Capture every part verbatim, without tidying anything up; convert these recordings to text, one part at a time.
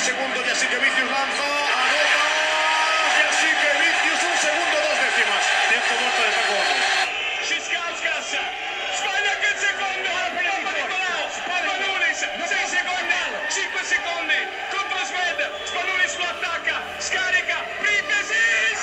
segundo y así que Vicius lanza a dos y así que Vicius un segundo dos décimas. Tiempo muerto de Paco Alves. Szyszkowskas sbaglia anche il secondo. Papa Nicolau, Spanulis sei secondi, cinque secondi contro Sved. Spanulis lo attacca, scarica, Pripyat,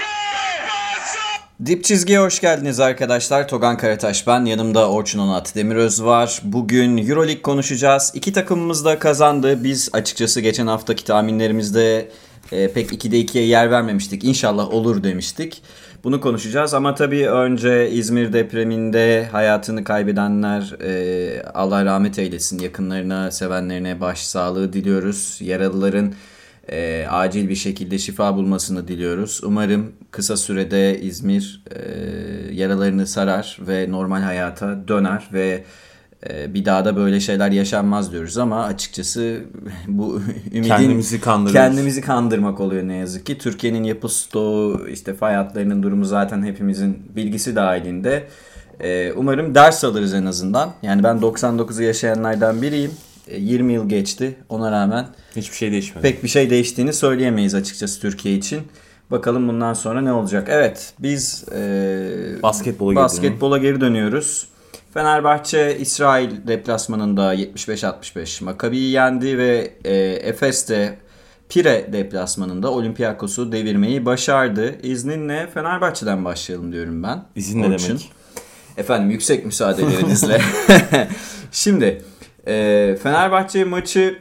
passo. Dip çizgiye hoş geldiniz arkadaşlar. Togan Karataş ben. Yanımda Orçun Onat Demiröz var. Bugün Euroleague konuşacağız. İki takımımız da kazandı. Biz açıkçası geçen haftaki tahminlerimizde e, pek ikide ikiye yer vermemiştik. İnşallah olur demiştik. Bunu konuşacağız ama tabii önce İzmir depreminde hayatını kaybedenler e, Allah rahmet eylesin. Yakınlarına, sevenlerine başsağlığı diliyoruz. Yaralıların E, acil bir şekilde şifa bulmasını diliyoruz. Umarım kısa sürede İzmir e, yaralarını sarar ve normal hayata döner ve e, bir daha da böyle şeyler yaşanmaz diyoruz ama açıkçası bu ümidin kendimizi kendimizi kandırmak oluyor ne yazık ki. Türkiye'nin yapı stoğu, işte fay hatlarının durumu zaten hepimizin bilgisi dahilinde. E, umarım ders alırız en azından. Yani ben doksan dokuzu yaşayanlardan biriyim. yirmi yıl geçti. Ona rağmen hiçbir şey değişmedi. Pek bir şey değiştiğini söyleyemeyiz açıkçası Türkiye için. Bakalım bundan sonra ne olacak? Evet, biz e, basketbola, basketbola geri dönüyoruz. Fenerbahçe İsrail deplasmanında yetmiş beş altmış beş Maccabi'yi yendi ve e, Efes de Pire deplasmanında Olympiakos'u devirmeyi başardı. İzninle Fenerbahçe'den başlayalım diyorum ben. İzin ne demek? Efendim yüksek müsaadelerinizle. Şimdi e, Fenerbahçe maçı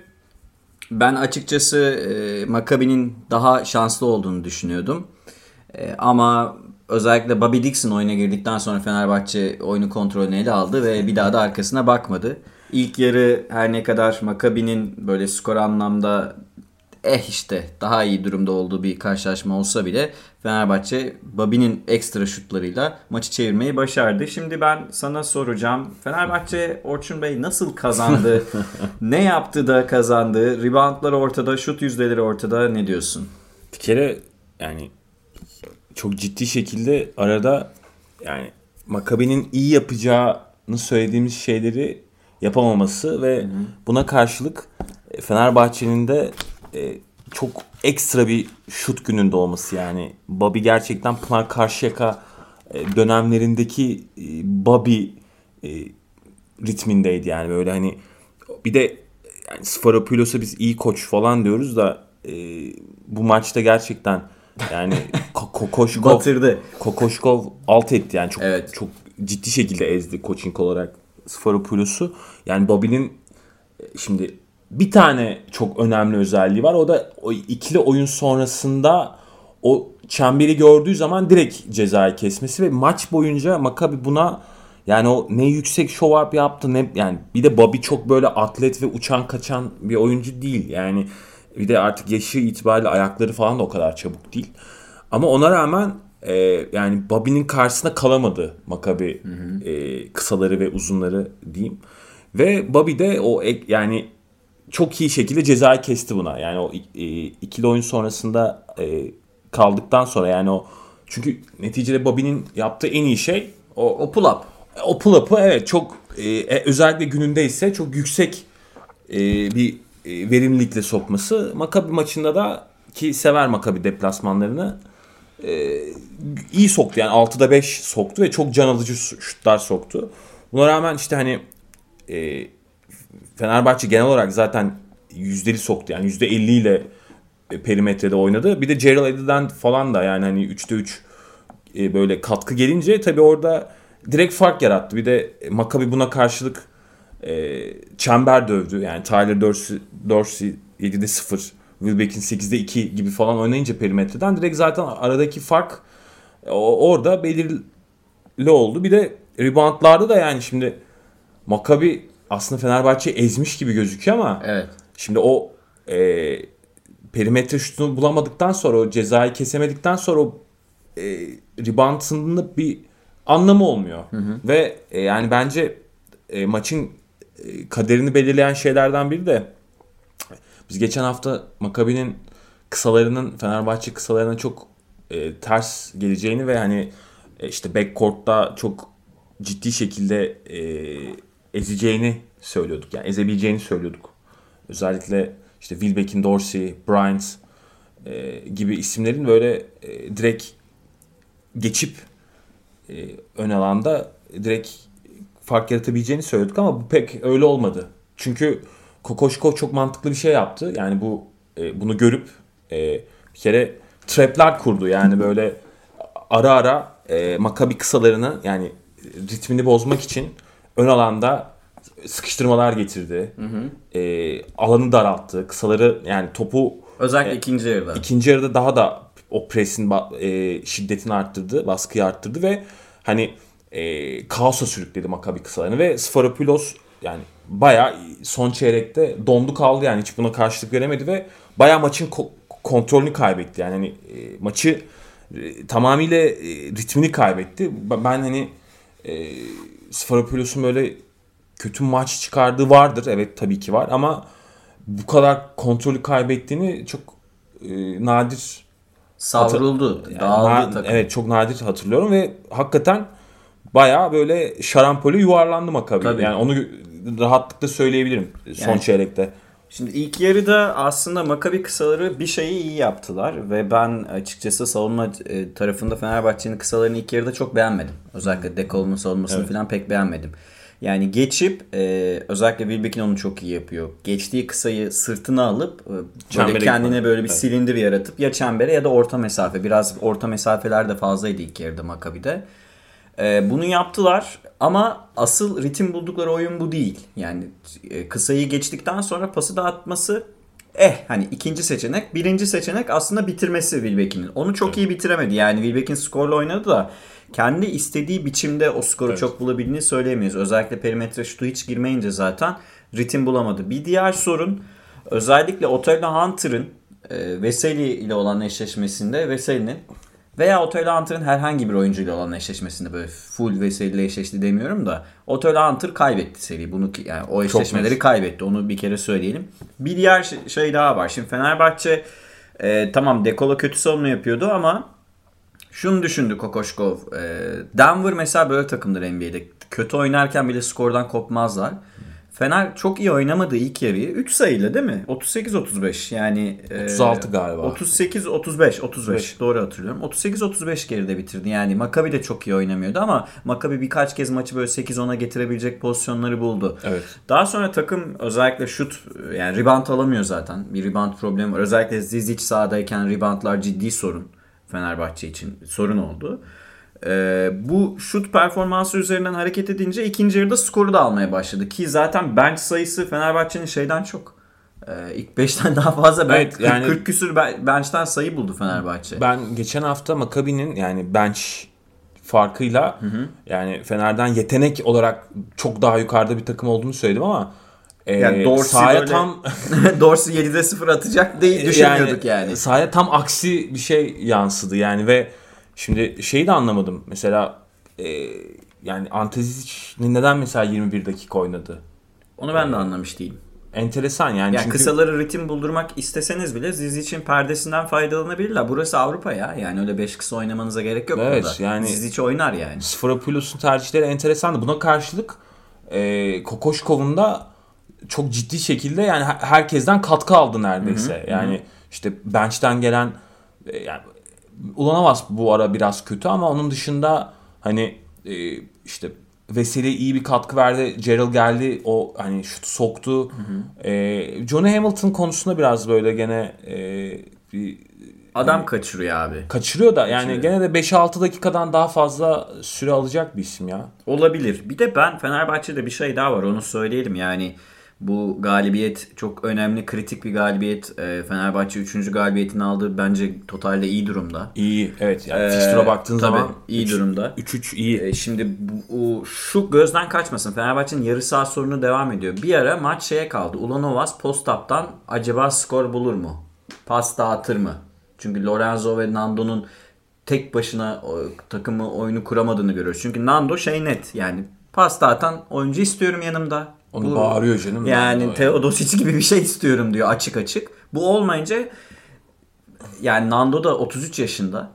ben açıkçası e, Maccabi'nin daha şanslı olduğunu düşünüyordum. E, ama özellikle Bobby Dixon oyuna girdikten sonra Fenerbahçe oyunu kontrolünü ele aldı ve bir daha da arkasına bakmadı. İlk yarı her ne kadar Maccabi'nin böyle skor anlamda eh işte daha iyi durumda olduğu bir karşılaşma olsa bile Fenerbahçe Bobby'nin ekstra şutlarıyla maçı çevirmeyi başardı. Şimdi ben sana soracağım. Fenerbahçe Orçun Bey nasıl kazandı? Ne yaptı da kazandı? Reboundlar ortada, şut yüzdeleri ortada. Ne diyorsun? Bir kere yani çok ciddi şekilde arada yani Maccabi'nin iyi yapacağını söylediğimiz şeyleri yapamaması ve Hı-hı. buna karşılık Fenerbahçe'nin de e, çok ekstra bir şut gününde olması yani. Bobby gerçekten Pınar Karşıyaka e, dönemlerindeki e, Bobby e, ritmindeydi yani böyle hani bir de yani Sfarapoulos'a biz iyi koç falan diyoruz da e, bu maçta gerçekten yani Kokoşkov batırdı. Kokoşkov alt etti yani çok evet. çok ciddi şekilde ezdi coaching olarak Sfarapoulos'u. Yani Bobby'nin şimdi bir tane çok önemli özelliği var. O da o ikili oyun sonrasında o çemberi gördüğü zaman direkt cezayı kesmesi ve maç boyunca Maccabi buna yani o ne yüksek show up yaptı ne yani bir de Bobby çok böyle atlet ve uçan kaçan bir oyuncu değil. Yani bir de artık yaşı itibariyle ayakları falan da o kadar çabuk değil. Ama ona rağmen e, yani Bobby'nin karşısında kalamadı Maccabi e, kısaları ve uzunları diyeyim. Ve Bobby de o yani çok iyi şekilde cezayı kesti buna. Yani o e, ikili oyun sonrasında e, kaldıktan sonra yani o çünkü neticede Bobby'nin yaptığı en iyi şey o, o pull up. O pull up'ı evet çok e, özellikle günündeyse çok yüksek e, bir e, verimlilikle sokması. Maccabi maçında da ki sever Maccabi deplasmanlarını e, iyi soktu. Yani altıda beş soktu ve çok can alıcı şutlar soktu. Buna rağmen işte hani e, Fenerbahçe genel olarak zaten yüzdeli soktu. Yani yüzde elli ile perimetrede oynadı. Bir de Gerald Eddy'den falan da yani hani üçte üç e, böyle katkı gelince tabii orada direkt fark yarattı. Bir de Maccabi buna karşılık e, çember dövdü. Yani Tyler Dorsey, Dorsey yedide sıfır, Will Beck'in sekizde iki gibi falan oynayınca perimetreden direkt zaten aradaki fark o, orada belirli oldu. Bir de reboundlarda da yani şimdi Maccabi aslında Fenerbahçe ezmiş gibi gözüküyor ama evet. Şimdi o e, perimetre şutunu bulamadıktan sonra o cezayı kesemedikten sonra o e, rebound'ının bir anlamı olmuyor. Hı hı. Ve e, yani bence e, maçın e, kaderini belirleyen şeylerden biri de biz geçen hafta Maccabi'nin kısalarının Fenerbahçe kısalarına çok e, ters geleceğini ve hani e, işte backcourt'ta çok ciddi şekilde e, ezeceğini söylüyorduk. Yani ezebileceğini söylüyorduk. Özellikle işte Wilbekin, Dorsey, Bryant e, gibi isimlerin böyle e, direkt geçip e, ön alanda direkt fark yaratabileceğini söyledik ama bu pek öyle olmadı. Çünkü Kokoşkov çok mantıklı bir şey yaptı. Yani bu e, bunu görüp e, bir kere trapler kurdu. Yani böyle ara ara e, Maccabi kısalarını yani ritmini bozmak için ön alanda sıkıştırmalar getirdi. Hı hı. E, alanı daralttı. Kısaları yani topu özellikle e, ikinci yarıda. İkinci yarıda daha da o presin e, şiddetini arttırdı, baskıyı arttırdı ve hani e, kaosa sürükledi Maccabi kısalarını ve Sfairopoulos yani bayağı son çeyrekte dondu kaldı yani hiç buna karşılık veremedi ve bayağı maçın ko- kontrolünü kaybetti. Yani hani e, maçı e, tamamıyla e, ritmini kaybetti. Ben hani e, Sfairopoulos'un böyle kötü maç çıkardığı vardır. Evet tabii ki var ama bu kadar kontrolü kaybettiğini çok e, nadir savruldu. Yani dağıldı na- takım. Evet çok nadir hatırlıyorum ve hakikaten bayağı böyle şarampole yuvarlandı Maccabi. Tabii. Yani onu rahatlıkla söyleyebilirim son Yani- çeyrekte. Şimdi ilk yarıda aslında Maccabi kısaları bir şeyi iyi yaptılar ve ben açıkçası savunma e, tarafında Fenerbahçe'nin kısalarını ilk yarıda çok beğenmedim. Özellikle Dekol'un savunmasını Evet. falan pek beğenmedim. Yani geçip e, özellikle Wilbekin onu çok iyi yapıyor. Geçtiği kısayı sırtına alıp e, böyle Çembere kendine gitmedi. böyle bir Evet. silindir yaratıp ya çembere ya da orta mesafe. Biraz orta mesafeler de fazlaydı ilk yarıda Maccabi'de. Ee, bunu yaptılar ama asıl ritim buldukları oyun bu değil. Yani e, kısayı geçtikten sonra pası dağıtması eh hani ikinci seçenek. Birinci seçenek aslında bitirmesi Wilbekin'in. Onu çok iyi bitiremedi. Yani Wilbekin skorla oynadı da kendi istediği biçimde o skoru Evet. çok bulabildiğini söyleyemeyiz. Özellikle perimetre şutu hiç girmeyince zaten ritim bulamadı. Bir diğer sorun özellikle Otello Hunter'ın e, Veseli ile olan eşleşmesinde Veseli'nin veya Otello Hunter'ın herhangi bir oyuncuyla olan eşleşmesinde böyle full Veseli ile eşleşti demiyorum da Otello Hunter kaybetti seri. Bunu ki- yani o eşleşmeleri net. kaybetti. Onu bir kere söyleyelim. Bir diğer şey, şey daha var. Şimdi Fenerbahçe e, tamam Dekola kötü savunma yapıyordu ama şunu düşündü Kokoşkov. E, Denver mesela böyle takımdır N B A'de. Kötü oynarken bile skordan kopmazlar. Fener çok iyi oynamadı ilk yarıyı. üç sayıyla değil mi? otuz sekiz otuz beş yani. e, otuz altı galiba. otuz sekiz otuz beş otuz beş doğru hatırlıyorum. otuz sekiz otuz beş geride bitirdi. Yani Maccabi de çok iyi oynamıyordu ama Maccabi birkaç kez maçı böyle sekiz ona getirebilecek pozisyonları buldu. Evet. Daha sonra takım özellikle şut yani rebound alamıyor zaten. Bir rebound problemi var. Özellikle Zizic sahadayken reboundlar ciddi sorun. Fenerbahçe için sorun oldu. Ee, bu şut performansı üzerinden hareket edince ikinci yarıda skoru da almaya başladı. Ki zaten bench sayısı Fenerbahçe'nin şeyden çok. Ee, ilk beşten daha fazla. Ben Evet, kırk, yani- kırk küsür ben- bench'ten sayı buldu Fenerbahçe. Ben geçen hafta Maccabi'nin yani bench farkıyla yani Fener'den yetenek olarak çok daha yukarıda bir takım olduğunu söyledim ama e, Yani Dorsey sahaya böyle- tam Dorsey yedide sıfır atacak değil düşünmüyorduk yani. Sahaya tam aksi bir şey yansıdı yani ve şimdi şeyi de anlamadım. Mesela e, yani Ante Zizic neden mesela yirmi bir dakika oynadı? Onu ben de anlamış değilim. Enteresan yani, Yani çünkü kısaları ritim buldurmak isteseniz bile Zizic'in perdesinden faydalanabilirler. Burası Avrupa ya. Yani öyle beş kısa oynamanıza gerek yok Evet, burada. yani- Zizic oynar yani. Sfairopoulos'un tercihleri enteresandı. Buna karşılık e, Kokoşkov'un da çok ciddi şekilde yani her- herkesten katkı aldı neredeyse. Yani işte bench'ten gelen e, yani Ulanovas bu ara biraz kötü ama onun dışında hani e, işte Veseli iyi bir katkı verdi. Gerald geldi. O hani şutu soktu. E, Johnny Hamilton konusunda biraz böyle gene e, bir Adam kaçırıyor abi. kaçırıyor da yani Kaçırıyor. gene de beş altı dakikadan daha fazla süre alacak bir isim ya. Olabilir. Bir de ben Fenerbahçe'de bir şey daha var onu söyleyelim. Yani bu galibiyet çok önemli, kritik bir galibiyet. Ee, Fenerbahçe üçüncü galibiyetini aldı. Bence totalde iyi durumda. İyi, evet yani Ee, fikstüre baktığın tabii, zaman iyi durumda. üç üç iyi. Ee, şimdi bu, şu gözden kaçmasın. Fenerbahçe'nin yarı saha sorunu devam ediyor. Bir ara maç şeye kaldı. Ulanovas post-up'tan acaba skor bulur mu? Pas dağıtır mı? Çünkü Lorenzo ve Nando'nun tek başına o, takımı oyunu kuramadığını görüyoruz. Çünkü Nando şey net yani pas dağıtan oyuncu istiyorum yanımda. Onu bağırıyor canım. Yani Nando Teodosic gibi bir şey istiyorum diyor açık açık. Bu olmayınca yani Nando da otuz üç yaşında.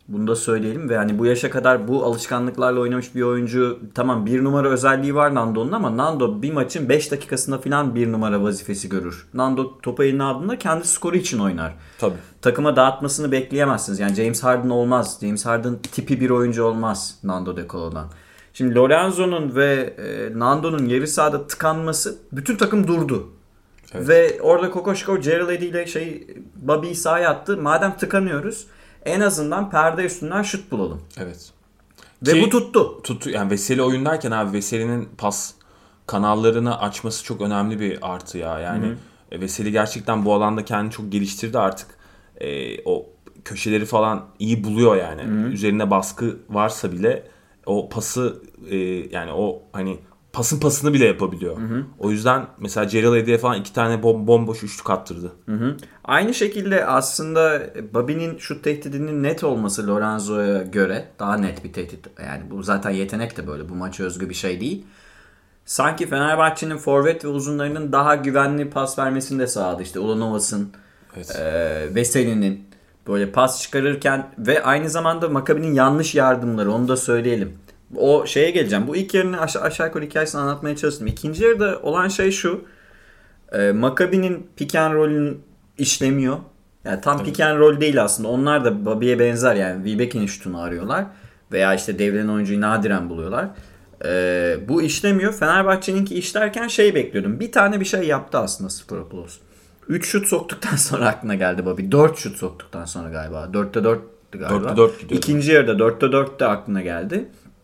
Bunu da söyleyelim ve hani bu yaşa kadar bu alışkanlıklarla oynamış bir oyuncu, tamam bir numara özelliği var Nando'nun ama Nando bir maçın beş dakikasında falan bir numara vazifesi görür. Nando topu eline aldığında kendi skoru için oynar. Tabii. Takıma dağıtmasını bekleyemezsiniz. Yani James Harden olmaz. James Harden tipi bir oyuncu olmaz Nando De Colo'dan. Şimdi Lorenzo'nun ve e, Nando'nun yarı sahada tıkanması, bütün takım durdu. Evet. Ve orada Kokoşkov, Gerald Eddy ile şey, Bobby'yi sahaya attı. Madem tıkanıyoruz, en azından perde üstünden şut bulalım. Evet. Ve Ki, bu tuttu. Tuttu. Yani Veseli oyundayken abi Veseli'nin pas kanallarını açması çok önemli bir artı ya. Yani Hı-hı. Veseli gerçekten bu alanda kendini çok geliştirdi artık. Ee, o köşeleri falan iyi buluyor yani. Hı-hı. Üzerine baskı varsa bile o pası e, yani o hani pasın pasını bile yapabiliyor. Hı hı. O yüzden mesela Gerald Eddy'ye falan iki tane bom, bomboş üçlük attırdı. Hı hı. Aynı şekilde aslında Bobby'nin şut tehdidinin net olması Lorenzo'ya göre daha net bir tehdit. Yani bu zaten yetenek de böyle. Bu maça özgü bir şey değil. Sanki Fenerbahçe'nin forvet ve uzunlarının daha güvenli pas vermesini de sağladı. İşte Ulanovas'ın, evet. e, Veseli'nin böyle pas çıkarırken ve aynı zamanda Maccabi'nin yanlış yardımları, onu da söyleyelim. O şeye geleceğim. Bu ilk yarının aşağı, aşağı yukarı hikayesini anlatmaya çalıştım. İkinci yarıda olan şey şu. E, Maccabi'nin pick and roll'ün işlemiyor. Yani tam evet. pick and roll değil aslında. Onlar da Bobby'ye benzer yani. Wilbeck'in şutunu arıyorlar. Veya işte devrilen oyuncuyu nadiren buluyorlar. E, bu işlemiyor. Fenerbahçe'ninki işlerken şey bekliyordum. Bir tane bir şey yaptı aslında Sfairopoulos. üç şut soktuktan sonra aklına geldi Bobby. dört şut soktuktan sonra galiba. dörtte dörttü galiba. dörtte dört gidiyordu. İkinci yarıda dörtte dörtte aklına geldi.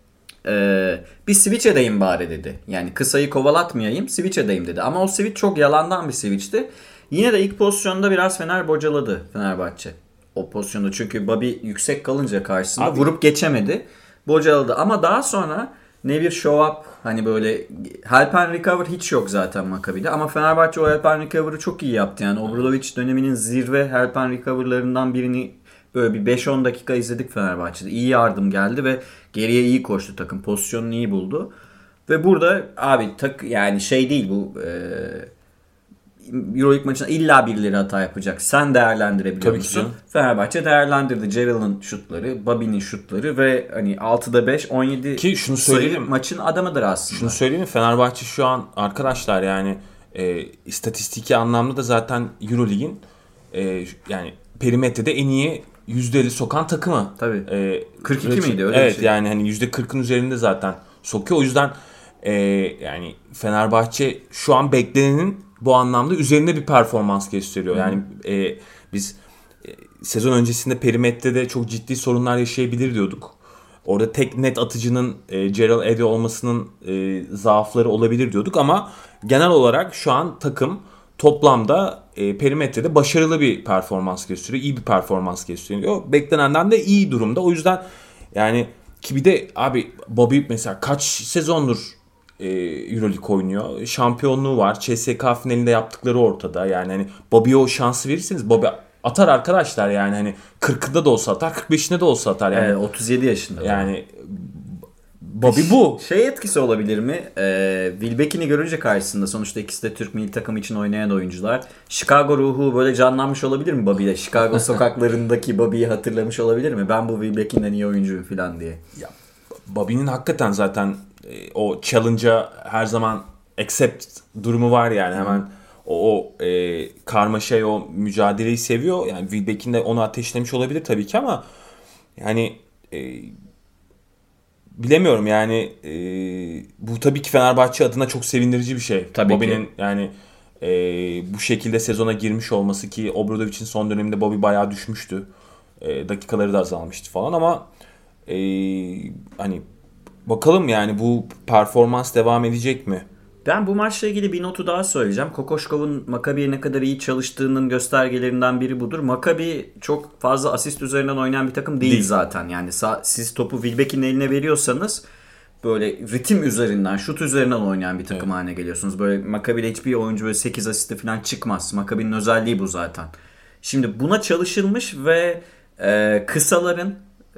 Ee, bir switch edeyim bari dedi. Yani kısayı kovalatmayayım, switch edeyim dedi. Ama o switch çok yalandan bir switch'ti. Yine de ilk pozisyonda biraz Fener bocaladı Fenerbahçe. O pozisyonda çünkü Bobby yüksek kalınca karşısında Abi. vurup geçemedi. Bocaladı ama daha sonra ne bir show up, hani böyle help and recover hiç yok zaten Maccabi'de. Ama Fenerbahçe o help and recover'ı çok iyi yaptı. Yani Obradovic döneminin zirve help and recover'larından birini böyle bir beş on dakika izledik Fenerbahçe'de. İyi yardım geldi ve geriye iyi koştu takım. Pozisyonunu iyi buldu. Ve burada abi tak yani şey değil bu e, Euroleague maçında illa birileri hata yapacak. Sen değerlendirebiliyor Tabii musun? Ki. Fenerbahçe değerlendirdi. Gerald'ın şutları, Bobby'nin şutları ve hani altıda beş, on yedi ki şunu söyleyeyim, maçın adamıdır aslında. Şunu söyleyeyim mi? Fenerbahçe şu an arkadaşlar yani e, istatistiki anlamda da zaten Euroleague'in e, yani perimetrede en iyi yüzde elli sokan takımı. Tabii. Ee, kırk iki miydi öyle evet, bir şey? yani hani yüzde kırkın üzerinde zaten sokuyor. O yüzden e, yani Fenerbahçe şu an beklenenin bu anlamda üzerinde bir performans gösteriyor. Yani e, biz e, sezon öncesinde perimetrede çok ciddi sorunlar yaşayabilir diyorduk. Orada tek net atıcının e, Gerald Eddy olmasının e, zaafları olabilir diyorduk ama genel olarak şu an takım toplamda e, perimetrede başarılı bir performans gösteriyor. İyi bir performans gösteriyor. Beklenenden de iyi durumda. O yüzden yani ki bir de abi Bobby mesela kaç sezondur e, Euroleague oynuyor. Şampiyonluğu var. C S K finalinde yaptıkları ortada. Yani hani Bobby'ye o şansı verirseniz Bobby atar arkadaşlar yani hani kırkında da olsa atar, kırk beşinde de olsa atar yani. Evet, otuz yedi yaşında. Yani Bobby bu. Şey etkisi olabilir mi? Ee, Wilbeck'ini görünce karşısında, sonuçta ikisi de Türk milli takım için oynayan oyuncular. Chicago ruhu böyle canlanmış olabilir mi Bobby'de? Chicago sokaklarındaki Bobby'yi hatırlamış olabilir mi? Ben bu Wilbeck'inden iyi oyuncuyum falan diye. Ya, Bobby'nin hakikaten zaten e, o challenge'a her zaman accept durumu var yani. Hmm. Hemen o, o e, karmaşayı, o mücadeleyi seviyor. Yani Wilbeck'in de onu ateşlemiş olabilir tabii ki ama yani e, bilemiyorum yani e, bu tabii ki Fenerbahçe adına çok sevindirici bir şey. Tabii Bobby'nin ki. yani e, bu şekilde sezona girmiş olması, ki Obradovic'in son döneminde Bobby bayağı düşmüştü. E, dakikaları da azalmıştı falan ama e, hani bakalım yani bu performans devam edecek mi? Ben bu maçla ilgili bir notu daha söyleyeceğim. Kokoşkov'un Maccabi'ye ne kadar iyi çalıştığının göstergelerinden biri budur. Maccabi çok fazla asist üzerinden oynayan bir takım değil, değil. zaten. Yani siz topu Wilbeck'in eline veriyorsanız böyle ritim üzerinden, şut üzerinden oynayan bir takım evet. haline geliyorsunuz. Böyle Maccabi'de hiçbir oyuncu böyle sekiz asiste falan çıkmaz. Maccabi'nin özelliği bu zaten. Şimdi buna çalışılmış ve e, kısaların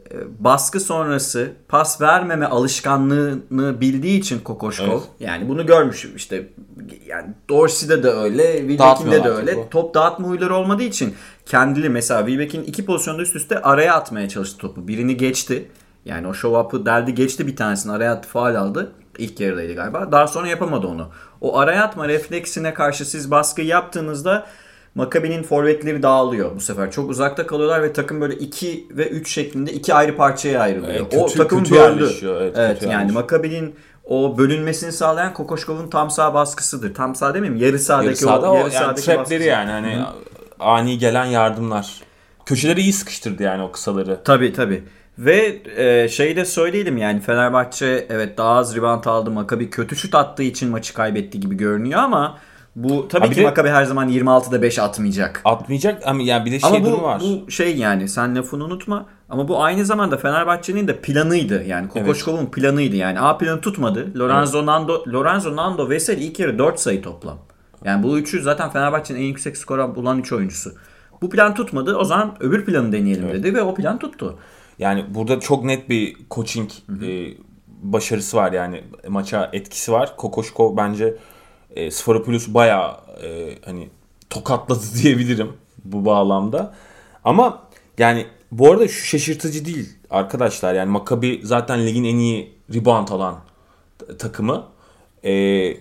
baskı sonrası pas vermeme alışkanlığını bildiği için Kokoşkov, Evet. yani bunu görmüş işte, yani Dorsey'de de öyle, Wilbeck'in de öyle, topu. top dağıtma huyları olmadığı için kendili, mesela Wilbeck'in iki pozisyonda üst üste araya atmaya çalıştı topu. Birini geçti. Yani o show up'ı deldi geçti, bir tanesini araya attı, faul aldı. İlk yarıdaydı galiba. Daha sonra yapamadı onu. O araya atma refleksine karşı siz baskı yaptığınızda Maccabi'nin forvetleri dağılıyor bu sefer. Çok uzakta kalıyorlar ve takım böyle iki ve üç şeklinde iki ayrı parçaya ayrılıyor. Evet, o kötü- takım kötü böldü. yerleşiyor. Evet, Evet, kötü yani yerleşiyor. Maccabi'nin o bölünmesini sağlayan Kokoşkov'un tam sağ baskısıdır. Tam sağ demeyeyim, yarı sahadaki Yarı sahada o o yarı yani sahadaki trapleri baskısı. yani hani ani gelen yardımlar. Köşeleri iyi sıkıştırdı yani o kısaları. Tabii tabii. Ve e, şeyi de söyleyelim, yani Fenerbahçe evet daha az rebound aldı. Maccabi kötü şut attığı için maçı kaybetti gibi görünüyor ama bu tabii Abi ki de- Maccabi her zaman yirmi altıda beş atmayacak. Atmayacak ama yani bir de şey Ama bu, durum var. bu şey, yani sen lafını unutma, ama bu aynı zamanda Fenerbahçe'nin de planıydı. Yani Kokoşkov'un planıydı. Yani A planı tutmadı. Lorenzo Nando, Lorenzo Nando Veseli ilk yarı dört sayı toplam. Yani bu üçü zaten Fenerbahçe'nin en yüksek skora bulan üç oyuncusu. Bu plan tutmadı. O zaman öbür planı deneyelim dedi ve o plan tuttu. Yani burada çok net bir coaching e, başarısı var, yani maça etkisi var. Kokoşkov bence e, Sforopoulos'u bayağı e, hani tokatladı diyebilirim bu bağlamda. Ama yani bu arada şu şaşırtıcı değil arkadaşlar. Yani Maccabi zaten ligin en iyi rebound alan t- takımı. E,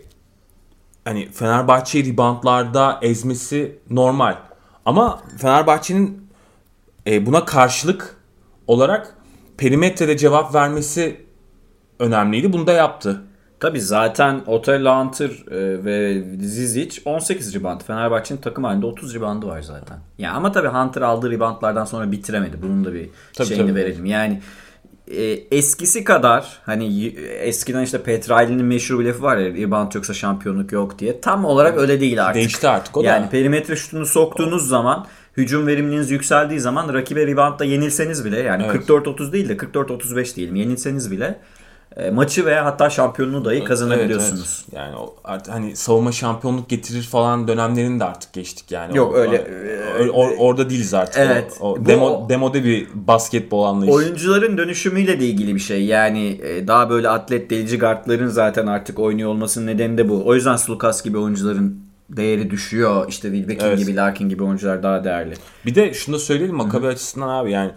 hani Fenerbahçe'yi reboundlarda ezmesi normal. Ama Fenerbahçe'nin e, buna karşılık olarak perimetrede cevap vermesi önemliydi. Bunu da yaptı. Tabii zaten Otel Hunter e, ve Zizic on sekiz rebound. Fenerbahçe'nin takım halinde otuz reboundu var zaten. Ya ama tabii Hunter aldığı reboundlardan sonra bitiremedi. Bunun da bir Tabii, şeyini tabii. verelim. Yani e, eskisi kadar, hani y- eskiden işte Petrali'nin meşhur bir lafı var ya, rebound yoksa şampiyonluk yok diye. Tam olarak öyle değil artık. Değişti artık o da. Yani perimetre şutunu soktuğunuz zaman, hücum verimliliğiniz yükseldiği zaman rakibe reboundda yenilseniz bile, yani Evet. kırk dört otuz değil de kırk dört otuz beş diyelim, yenilseniz bile e, maçı veya hatta şampiyonluğu dahi kazanabiliyorsunuz. Evet, evet. Yani o artık hani savunma şampiyonluk getirir falan dönemlerini de artık geçtik yani. Yok, O- öyle- o- o- orada değiliz artık. Evet. O, o Bu- demo demode bir basketbol anlayışı. Oyuncuların dönüşümüyle de ilgili bir şey. Yani e, daha böyle atlet, delici guardların zaten artık oynuyor olmasının nedeni de bu. O yüzden Sulukas gibi oyuncuların değeri düşüyor. İşte Wilbekin Evet. gibi, Larkin gibi oyuncular daha değerli. Bir de şunu da söyleyelim Maccabi açısından abi, yani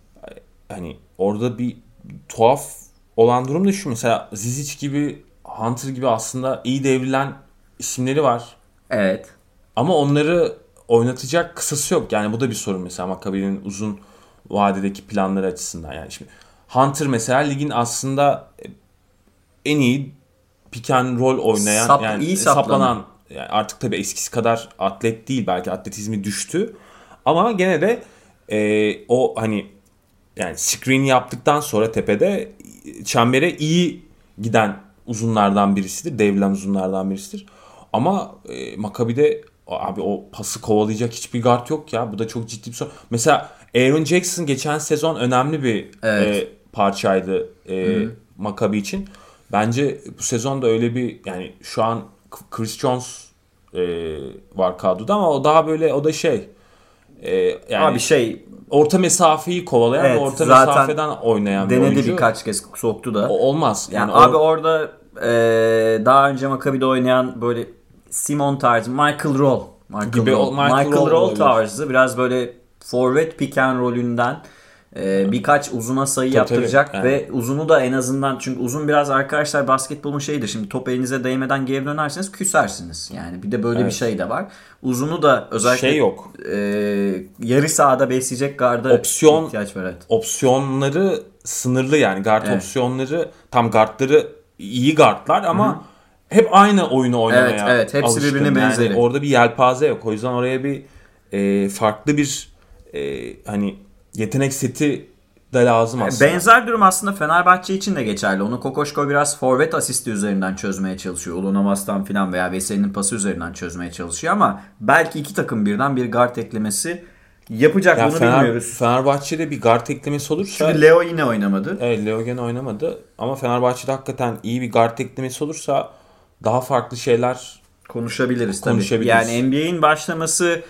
hani orada bir tuhaf olan durum da şu: mesela Zizic gibi, Hunter gibi aslında iyi devrilen isimleri var. Evet. Ama onları oynatacak kısası yok. Yani bu da bir sorun mesela Maccabi'nin uzun vadedeki planları açısından. Yani şimdi Hunter mesela ligin aslında en iyi pick and roll oynayan, Sap- yani iyi saplanan. saplanan, yani artık tabii eskisi kadar atlet değil, belki atletizmi düştü. Ama gene de e, o hani yani screen yaptıktan sonra tepede çembere iyi giden uzunlardan birisidir. Devrilen uzunlardan birisidir. Ama e, Maccabi'de abi o pası kovalayacak hiçbir guard yok ya. Bu da çok ciddi bir sorun. Mesela Aaron Jackson geçen sezon önemli bir Evet. e, parçaydı e, Maccabi için. Bence bu sezon da öyle bir, yani şu an Chris Jones e, var kadroda ama o daha böyle, o da şey e, yani Abi şey orta mesafeyi kovalayan Evet, ve orta zaten mesafeden oynayan bir denedi, oyuncu. birkaç kez soktu da. O olmaz. Yani Yani abi o- orada e, daha önce Maccabi'de oynayan böyle Simon tarzı, Michael Roll. Michael Gibi Roll, o- Michael Michael Roll Roll olabilir. tarzı biraz böyle forvet pick and roll'ünden e, birkaç uzuna sayı Tabii, yaptıracak tabii. ve uzunu da en azından, çünkü uzun biraz arkadaşlar basketbolun şeyidir. Şimdi top elinize değmeden geri dönerseniz küsersiniz. Yani bir de böyle bir Evet. şey de var. Uzunu da özellikle Şey yok. e, yarı sahada besleyecek garda Opsiyon- ihtiyaç var. Evet. opsiyonları sınırlı, yani guard Evet. opsiyonları, tam guardları iyi guardlar ama hep aynı oyunu oynamaya Evet, evet. Hepsi alışkın. birbirine benzeri. Yani orada bir yelpaze yok. O yüzden oraya bir e, farklı bir e, hani yetenek seti de lazım aslında. Benzer durum aslında Fenerbahçe için de geçerli. Onu Kokoşko biraz forvet asisti üzerinden çözmeye çalışıyor. Ulunamas'tan falan veya Veseli'nin pası üzerinden çözmeye çalışıyor ama belki iki takım birden bir guard eklemesi yapacak, Ya bunu Fener- bilmiyoruz. Fenerbahçe'de bir guard eklemesi olursa, Çünkü Leo yine oynamadı. evet, Leo gene oynamadı ama Fenerbahçe'de hakikaten iyi bir guard eklemesi olursa daha farklı şeyler Konuşabiliriz tabii. Konuşabiliriz. Yani N B A'in başlaması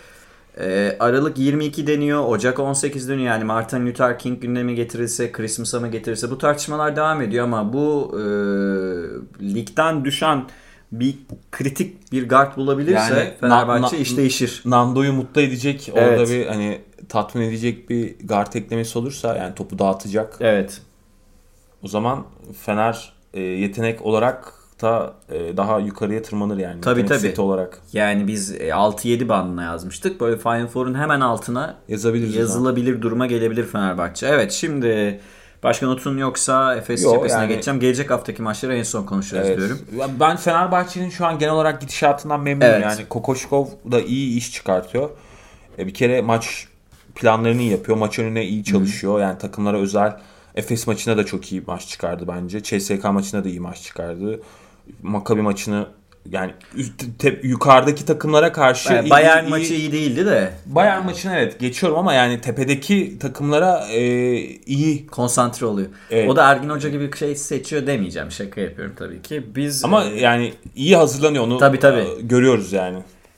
Ee, Aralık yirmi iki deniyor, Ocak on sekiz deniyor. Yani Martin Luther King gündemi getirilse, Christmas'a mı getirilse bu tartışmalar devam ediyor ama bu e, ligden düşen bir kritik bir guard bulabilirse Yani Fenerbahçe na- na- iş değişir. Nando'yu mutlu edecek, Evet. orada bir hani tatmin edecek bir guard eklemesi olursa, yani topu dağıtacak. Evet. O zaman Fener e, yetenek olarak da e, daha yukarıya tırmanır yani. Tabii, Yetenek tabii. seti olarak Yani biz e, altı yedi bandına yazmıştık. Böyle Final Four'un hemen altına yazabiliriz. yazılabilir duruma gelebilir Fenerbahçe. Evet, şimdi başka notun yoksa Efes Yok, cephesine yani- geçeceğim. Gelecek haftaki maçları en son konuşuruz Evet. diyorum. Ya Ben Fenerbahçe'nin şu an genel olarak gidişatından memnunum. Evet. Yani Kokoşkov da iyi iş çıkartıyor. E, bir kere maç planlarını iyi yapıyor. Maç önüne iyi çalışıyor. Yani takımlara özel. Efes maçına da çok iyi maç çıkardı bence. C S K maçına da iyi maç çıkardı. Maccabi maçını, yani üst, te- yukarıdaki takımlara karşı Yani iyi- Bayern iyi- maçı iyi değildi de Bayern maçını evet geçiyorum ama yani tepedeki takımlara e, iyi. konsantre oluyor. Evet. O da Ergin Hoca gibi bir şey seçiyor demeyeceğim. Şaka yapıyorum tabii ki. Biz Ama e, yani iyi hazırlanıyor, onu Tabii, tabii. e, görüyoruz yani.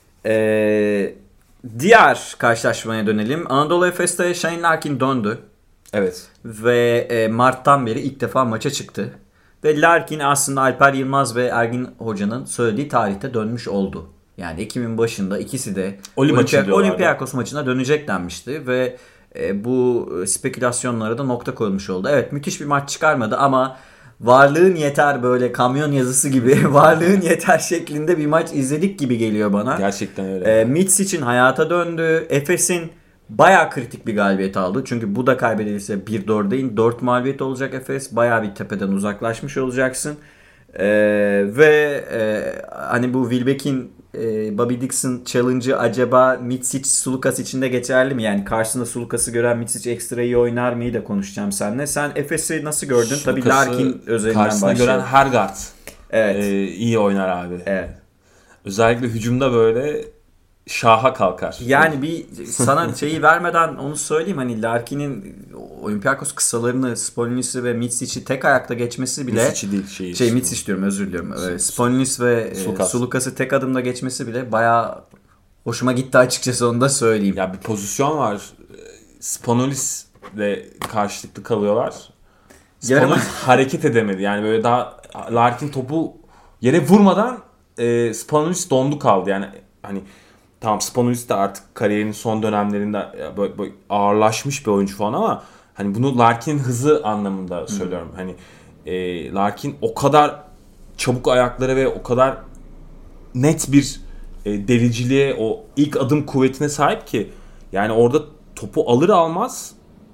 e, diğer karşılaşmaya dönelim. Anadolu Efes'te Shane Larkin döndü. Evet. Ve e, Mart'tan beri ilk defa maça çıktı. Ve Larkin aslında Alper Yılmaz ve Ergin Hoca'nın söylediği tarihte dönmüş oldu. Yani Ekim'in başında ikisi de Oli maçı Olimpiyak- diyorlardı. Olympiakos maçına dönecek denmişti. Ve e, bu spekülasyonlara da nokta koymuş oldu. Evet, müthiş bir maç çıkarmadı ama varlığın yeter, böyle kamyon yazısı gibi varlığın yeter şeklinde bir maç izledik gibi geliyor bana. Gerçekten öyle. E, Mitsic'in hayata döndü. Efes'in bayağı kritik bir galibiyet aldı. Çünkü bu da kaybedilirse bir dört değil dört mağlubiyet olacak Efes. Bayağı bir tepeden uzaklaşmış olacaksın. E, ve e, hani bu Wilbeck'in e, Bobby Dixon challenge'ı acaba Mitsic Sulukas için de geçerli mi? Yani karşısında Sulukas'ı gören Mitsic ekstra iyi oynar mıyı da konuşacağım seninle. Sen Efes'i nasıl gördün? Tabii Lucas'ı Larkin özelinden karşısına başlayalım. gören her guard Evet. e, iyi oynar abi. Evet. Özellikle hücumda böyle şaha kalkar. Yani bir sana şeyi vermeden onu söyleyeyim, hani Larkin'in Olympiakos kısalarını, Spolinis'i ve Mitsic'i tek ayakta geçmesi bile Mitsic'i değil, şeyi. şey Mitsic diyorum, özür diliyorum. Ee, Spolinis ve e, Sulukas. Sulukas'ı tek adımda geçmesi bile bayağı hoşuma gitti açıkçası, onu da söyleyeyim. Ya bir pozisyon var. Spanulis'le karşılıklı kalıyorlar. Yarım- Spanulis hareket edemedi. Yani böyle daha Larkin topu yere vurmadan e, Spanulis dondu kaldı. Yani hani tamam, Spanulis de artık kariyerinin son dönemlerinde ya böyle, böyle ağırlaşmış bir oyuncu falan ama hani bunu Larkin'in hızı anlamında söylüyorum. Hmm. Hani e, Larkin o kadar çabuk ayakları ve o kadar net bir e, deliciliğe, o ilk adım kuvvetine sahip ki yani orada topu alır almaz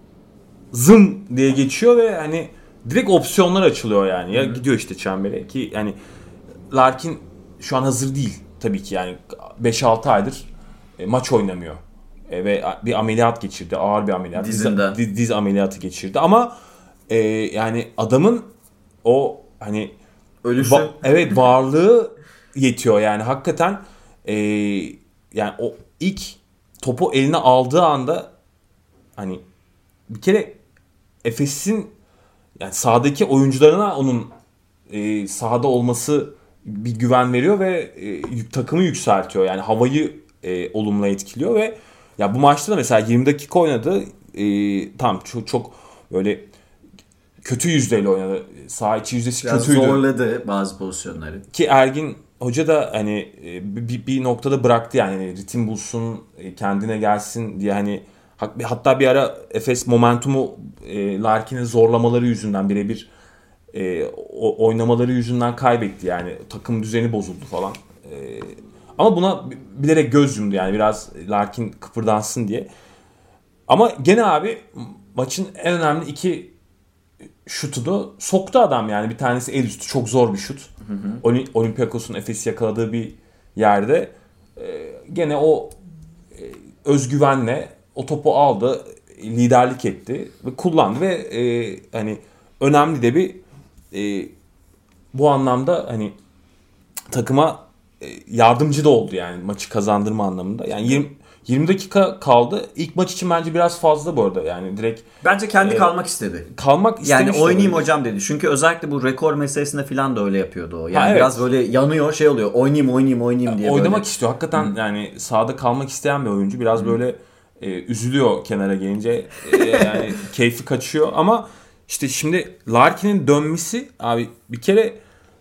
zım diye geçiyor ve hani direkt opsiyonlar açılıyor yani. Ya gidiyor işte çembere ki yani Larkin şu an hazır değil tabii ki, yani beş altı aydır e, maç oynamıyor. E, ve bir ameliyat geçirdi, ağır bir ameliyat. Dizinde. Diz, diz ameliyatı geçirdi ama e, yani adamın o hani Ölüsü. Va- evet, varlığı yetiyor yani hakikaten. E, yani o ilk topu eline aldığı anda hani bir kere Efes'in yani sahadaki oyuncularına onun e, sahada olması bir güven veriyor ve e, takımı yükseltiyor. Yani havayı e, olumlu etkiliyor ve ya bu maçta da mesela yirmi dakika oynadı. E, tam çok çok böyle kötü yüzdeyle oynadı. Saha içi yüzdesi Biraz kötüydü. zorladı bazı pozisyonları. Ki Ergin Hoca da hani bir, bir noktada bıraktı yani, hani ritim bulsun, kendine gelsin diye, hani hatta bir ara Efes momentumu e, Larkin'in zorlamaları yüzünden, birebir e, oynamaları yüzünden kaybetti yani, takım düzeni bozuldu falan. E, ama buna bilerek göz yumdu yani, biraz Larkin kıpırdansın diye. Ama gene abi maçın en önemli iki şutunu soktu adam yani. Bir tanesi el üstü, çok zor bir şut. Hı hı. Olympiakos'un Efes'i yakaladığı bir yerde e, gene o e, özgüvenle o topu aldı, liderlik etti ve kullandı ve e, hani önemli de bir e, bu anlamda hani takıma e, yardımcı da oldu yani, maçı kazandırma anlamında. Yani yirmi, yirmi dakika kaldı. İlk maç için bence biraz fazla bu arada. Yani direkt Bence kendi e, kalmak istedi. Kalmak istemiş. Yani oynayayım olabilir. hocam dedi. Çünkü özellikle bu rekor meselesinde falan da öyle yapıyordu o. Yani Ha, evet. biraz böyle yanıyor, şey oluyor. Oynayayım, oynayayım, oynayayım diye Oynamak böyle. istiyor. Hakikaten Hı. yani sahada kalmak isteyen bir oyuncu. Biraz Hı. böyle e, üzülüyor kenara gelince. E, yani keyfi kaçıyor ama işte şimdi Larkin'in dönmesi abi bir kere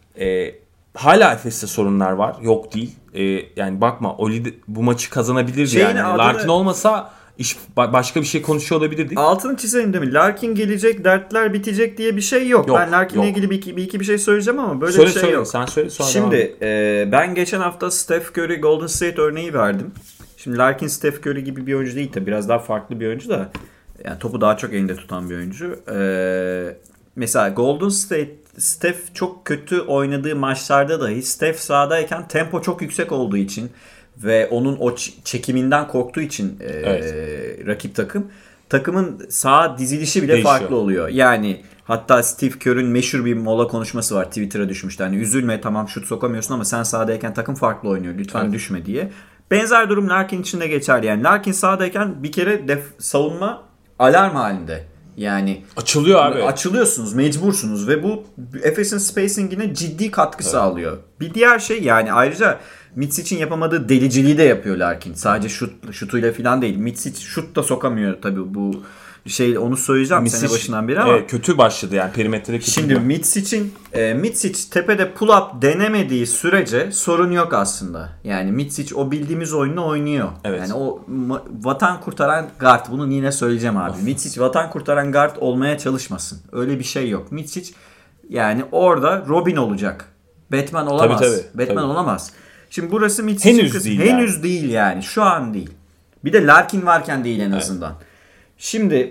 e, hala Efes'te sorunlar var. Yok değil. E, yani bakma Oli de, bu maçı kazanabilirdi Şeyin yani. adını... Larkin olmasa iş başka bir şey konuşuyor olabilirdik. Altını çizelim değil mi? Larkin gelecek, dertler bitecek diye bir şey yok. yok ben Larkin'le yok. ilgili bir iki, bir iki bir şey söyleyeceğim ama böyle söyle, bir şey söyle. yok. Sen söyle sonra. Şimdi e, ben geçen hafta Steph Curry Golden State örneği verdim. Şimdi Larkin Steph Curry gibi bir oyuncu değil tabii. Biraz daha farklı bir oyuncu da. Yani topu daha çok elinde tutan bir oyuncu. E, mesela Golden State Steph çok kötü oynadığı maçlarda dahi Steph sahadayken tempo çok yüksek olduğu için ve onun o çekiminden korktuğu için e, evet. rakip takım takımın sağ dizilişi bile değişiyor. Farklı oluyor. Yani hatta Steve Kerr'ün meşhur bir mola konuşması var. Twitter'a düşmüştü. Hani üzülme tamam şut sokamıyorsun ama sen sahadayken takım farklı oynuyor. Lütfen evet. düşme diye. Benzer durum Larkin için de geçerli. Yani Larkin sahadayken bir kere def, savunma alarm halinde. Yani açılıyor abi. Açılıyorsunuz, mecbursunuz ve bu Efes'in spacing'ine ciddi katkı evet. sağlıyor. Bir diğer şey yani ayrıca Mitsic'in yapamadığı deliciliği de yapıyor Larkin. Sadece şut şutuyla falan değil. Mitsic şut da sokamıyor tabii bu şey onu söyleyeceğim Mitsic, sene başından beri ama e, kötü başladı yani perimetrede kötü. Şimdi Mitsic'in e, Mitsic tepede pull up denemediği sürece sorun yok aslında. Yani Mitsic o bildiğimiz oyunu oynuyor. Evet. Yani o ma- vatan kurtaran guard bunu yine söyleyeceğim abi. Of. Mitsic vatan kurtaran guard olmaya çalışmasın. Öyle bir şey yok. Mitsic yani orada Robin olacak. Batman olamaz. Tabii, tabii, Batman tabii. olamaz. Şimdi burası Mitsic'in henüz kısmı. değil Henüz yani. değil yani. Şu an değil. Bir de Larkin varken değil en azından. Evet. Şimdi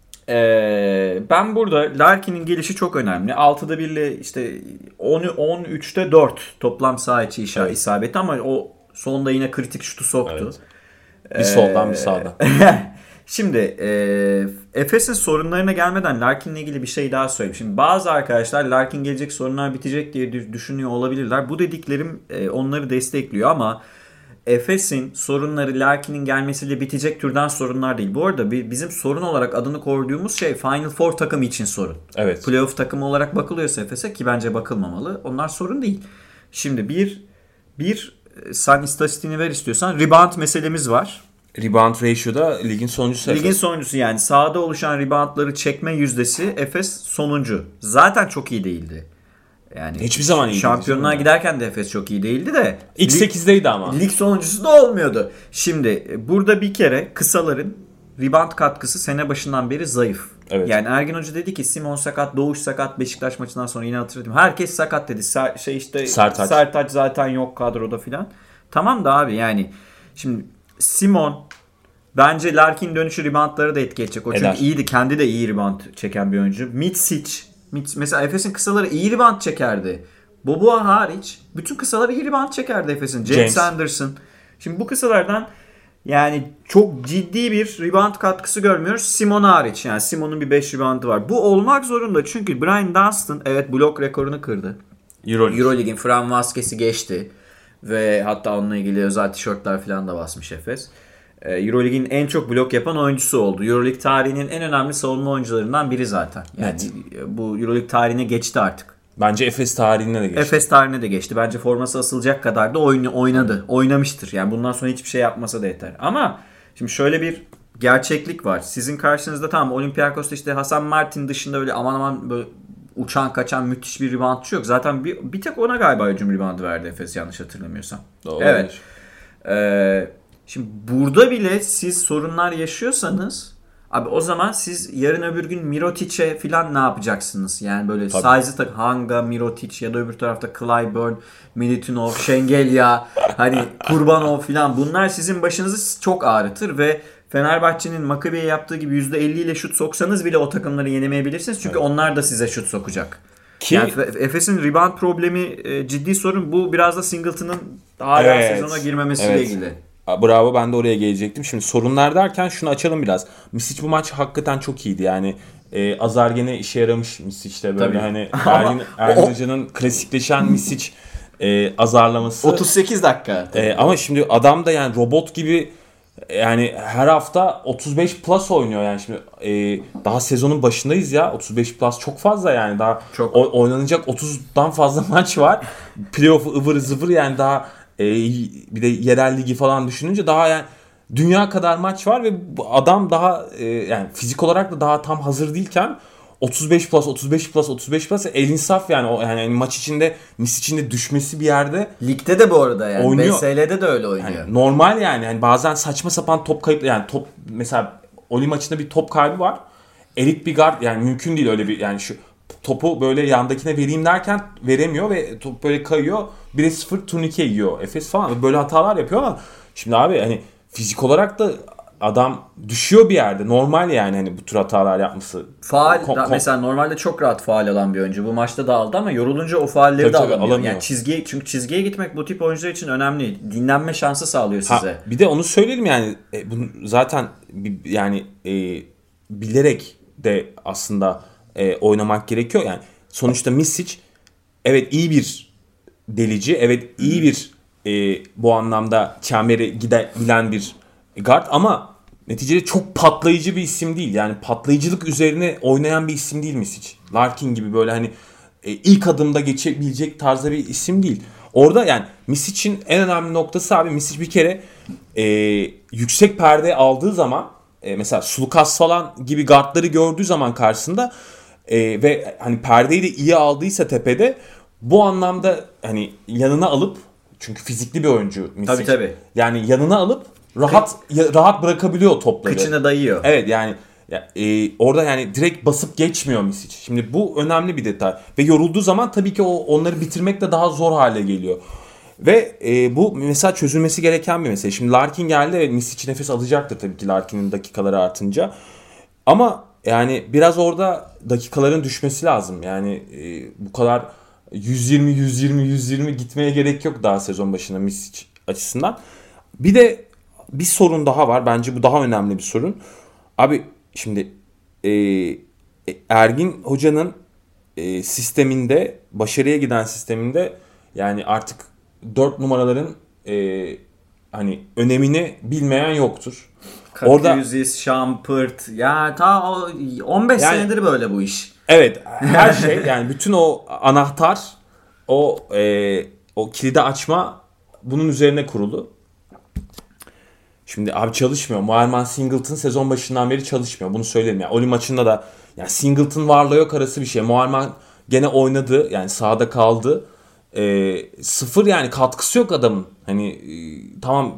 Ee, ben burada Larkin'in gelişi çok önemli. altıda bir ile işte on üçte dört toplam saha içi işa evet. isabeti ama o sonda yine kritik şutu soktu. Evet. Bir ee, soldan bir sağdan. Şimdi e, Efes'in sorunlarına gelmeden Larkin'le ilgili bir şey daha söyleyeyim. Şimdi bazı arkadaşlar Larkin gelecek sorunlar bitecek diye düşünüyor olabilirler. Bu dediklerim e, onları destekliyor ama Efes'in sorunları Larkin'in gelmesiyle bitecek türden sorunlar değil. Bu arada bizim sorun olarak adını koyduğumuz şey Final Four takımı için sorun. Evet. Playoff takımı olarak bakılıyorsa Efes'e ki bence bakılmamalı. Onlar sorun değil. Şimdi bir bir sen istatistiğini ver istiyorsan rebound meselemiz var. Rebound ratio'da ligin sonuncusu. Ligin sonuncusu yani sahada oluşan reboundları çekme yüzdesi Efes sonuncu. Zaten çok iyi değildi. Yani hiçbir zaman iyi şampiyonluğa giderken de Efes çok iyi değildi de. İlk sekizdeydi ama. Lig sonuncusu da olmuyordu. Şimdi burada bir kere kısaların rebound katkısı sene başından beri zayıf. Evet. Yani Ergin Hoca dedi ki Simon sakat, Doğuş sakat, Beşiktaş maçından sonra yine hatırladım. Herkes sakat dedi. Ser, şey işte Sertaç. Sertaç zaten yok kadroda filan. Tamam da abi yani şimdi Simon bence Larkin dönüşü reboundları da etki edecek. O çünkü Eder. iyiydi. Kendi de iyi rebound çeken bir oyuncu. Mitsic mesela Efes'in kısaları iyi rebound çekerdi. Boboa hariç bütün kısalar iyi rebound çekerdi Efes'in. James, James Anderson. Şimdi bu kısalardan yani çok ciddi bir rebound katkısı görmüyoruz. Simon hariç. Yani Simon'un bir beş reboundu var. Bu olmak zorunda çünkü Brian Dunstan evet blok rekorunu kırdı. Euroleague. Euroleague'in Fran Vazquez'i geçti. Ve hatta onunla ilgili özel tişörtler falan da basmış Efes. Euroleague'in en çok blok yapan oyuncusu oldu. Euroleague tarihinin en önemli savunma oyuncularından biri zaten. Yani evet. Bu Euroleague tarihine geçti artık. Bence Efes tarihine de geçti. Efes tarihine de geçti. Bence forması asılacak kadar da oyun, oynadı. Oynamıştır. Yani bundan sonra hiçbir şey yapmasa da yeter. Ama şimdi şöyle bir gerçeklik var. Sizin karşınızda tamam Olympiakos'ta işte Hasan Martin dışında öyle aman aman böyle uçan kaçan müthiş bir reboundçı yok. Zaten bir, bir tek ona galiba hücum reboundu verdi Efes yanlış hatırlamıyorsam. Doğru. Evet. Eee Şimdi burada bile siz sorunlar yaşıyorsanız abi o zaman siz yarın öbür gün Mirotic'e falan ne yapacaksınız? Yani böyle size'ı tak Hanga, Mirotic ya da öbür tarafta Clyburn, Militinov, Şengelya, hani Kurbanov falan bunlar sizin başınızı çok ağrıtır ve Fenerbahçe'nin Makabi'ye yaptığı gibi yüzde elli ile şut soksanız bile o takımları yenemeyebilirsiniz. Çünkü evet. onlar da size şut sokacak. Ki... Yani Efes'in rebound problemi ciddi sorun. Bu biraz da Singleton'ın hala evet. sezona girmemesiyle evet. ilgili. Bravo ben de oraya gelecektim. Şimdi sorunlar derken şunu açalım biraz. Misic bu maç hakikaten çok iyiydi. Yani e, Azar gene işe yaramış Misic'te böyle Tabii. hani Ergin, Ergin Hoca'nın klasikleşen Misic e, azarlaması. otuz sekiz dakika. E, ama şimdi adam da yani robot gibi yani her hafta otuz beş plus oynuyor yani şimdi e, daha sezonun başındayız ya, otuz beş plus çok fazla yani, daha Çok. O, oynanacak otuzdan fazla maç var. Playoff ıvır zıvır yani, daha e, bir de yerel ligi falan düşününce daha yani dünya kadar maç var ve bu adam daha e, yani fizik olarak da daha tam hazır değilken otuz beş plus otuz beş plus otuz beş plus el insaf yani, o yani maç içinde mis içinde düşmesi bir yerde. Ligde de bu arada yani oynuyor. B S L'de de öyle oynuyor. Yani normal yani. Yani bazen saçma sapan top kayıp yani, top mesela Oli maçında bir top kaybı var. Elit bir guard yani, mümkün değil öyle bir yani, şu topu böyle yandakine vereyim derken veremiyor ve top böyle kayıyor. bire sıfır turnike yiyor Efes falan, böyle hatalar yapıyor ama şimdi abi hani fizik olarak da adam düşüyor bir yerde. Normal yani hani bu tür hatalar yapması. Faal Kom- da, kom- mesela normalde çok rahat faal alan bir oyuncu. Bu maçta da aldı ama yorulunca o faalleri Tabii de tabii, alamıyor. alamıyor. Yani çizgiye, çünkü çizgiye gitmek bu tip oyuncular için önemli. Dinlenme şansı sağlıyor Ha, size. bir de onu söyleyelim yani, e, bunu zaten bi- yani e, bilerek de aslında e, oynamak gerekiyor. Yani sonuçta Misic evet iyi bir delici, evet iyi bir e, bu anlamda çembere gidebilen bir guard ama neticede çok patlayıcı bir isim değil. Yani patlayıcılık üzerine oynayan bir isim değil Misic. Larkin gibi böyle hani e, ilk adımda geçebilecek tarzda bir isim değil. Orada yani Misic'in en önemli noktası abi, Misic bir kere e, yüksek perde aldığı zaman e, mesela Sulukas falan gibi guardları gördüğü zaman karşısında e, ve hani perdeyi de iyi aldıysa tepede, bu anlamda hani yanına alıp, çünkü fizikli bir oyuncu Misic. Tabii tabii. Yani yanına alıp rahat ya, rahat bırakabiliyor topları. Kıçına dayıyor. Evet yani ya, e, orada yani direkt basıp geçmiyor Misic. Şimdi bu önemli bir detay. Ve yorulduğu zaman tabii ki o onları bitirmek de daha zor hale geliyor. Ve e, bu mesela çözülmesi gereken bir mesele. Şimdi Larkin geldi ve Misic'i nefes alacaktır tabii ki Larkin'in dakikaları artınca. Ama yani biraz orada dakikaların düşmesi lazım. Yani e, bu kadar yüz yirmi yüz yirmi yüz yirmi gitmeye gerek yok daha sezon başına Misic açısından. Bir de bir sorun daha var. Bence bu daha önemli bir sorun. Abi şimdi e, Ergin Hoca'nın e, sisteminde, başarıya giden sisteminde yani artık dört numaraların e, hani önemini bilmeyen yoktur. Orada Kaküzis, Şampırt ya ta o on beş Yani- senedir böyle bu iş. evet, her şey yani bütün o anahtar, o e, o kilidi açma bunun üzerine kurulu. Şimdi abi çalışmıyor. Muharman Singleton sezon başından beri çalışmıyor. Bunu söyleyelim yani. Oli maçında da yani Singleton varla yok arası bir şey. Muharman gene oynadı. Yani sahada kaldı. E, sıfır yani katkısı yok adamın. Hani e, tamam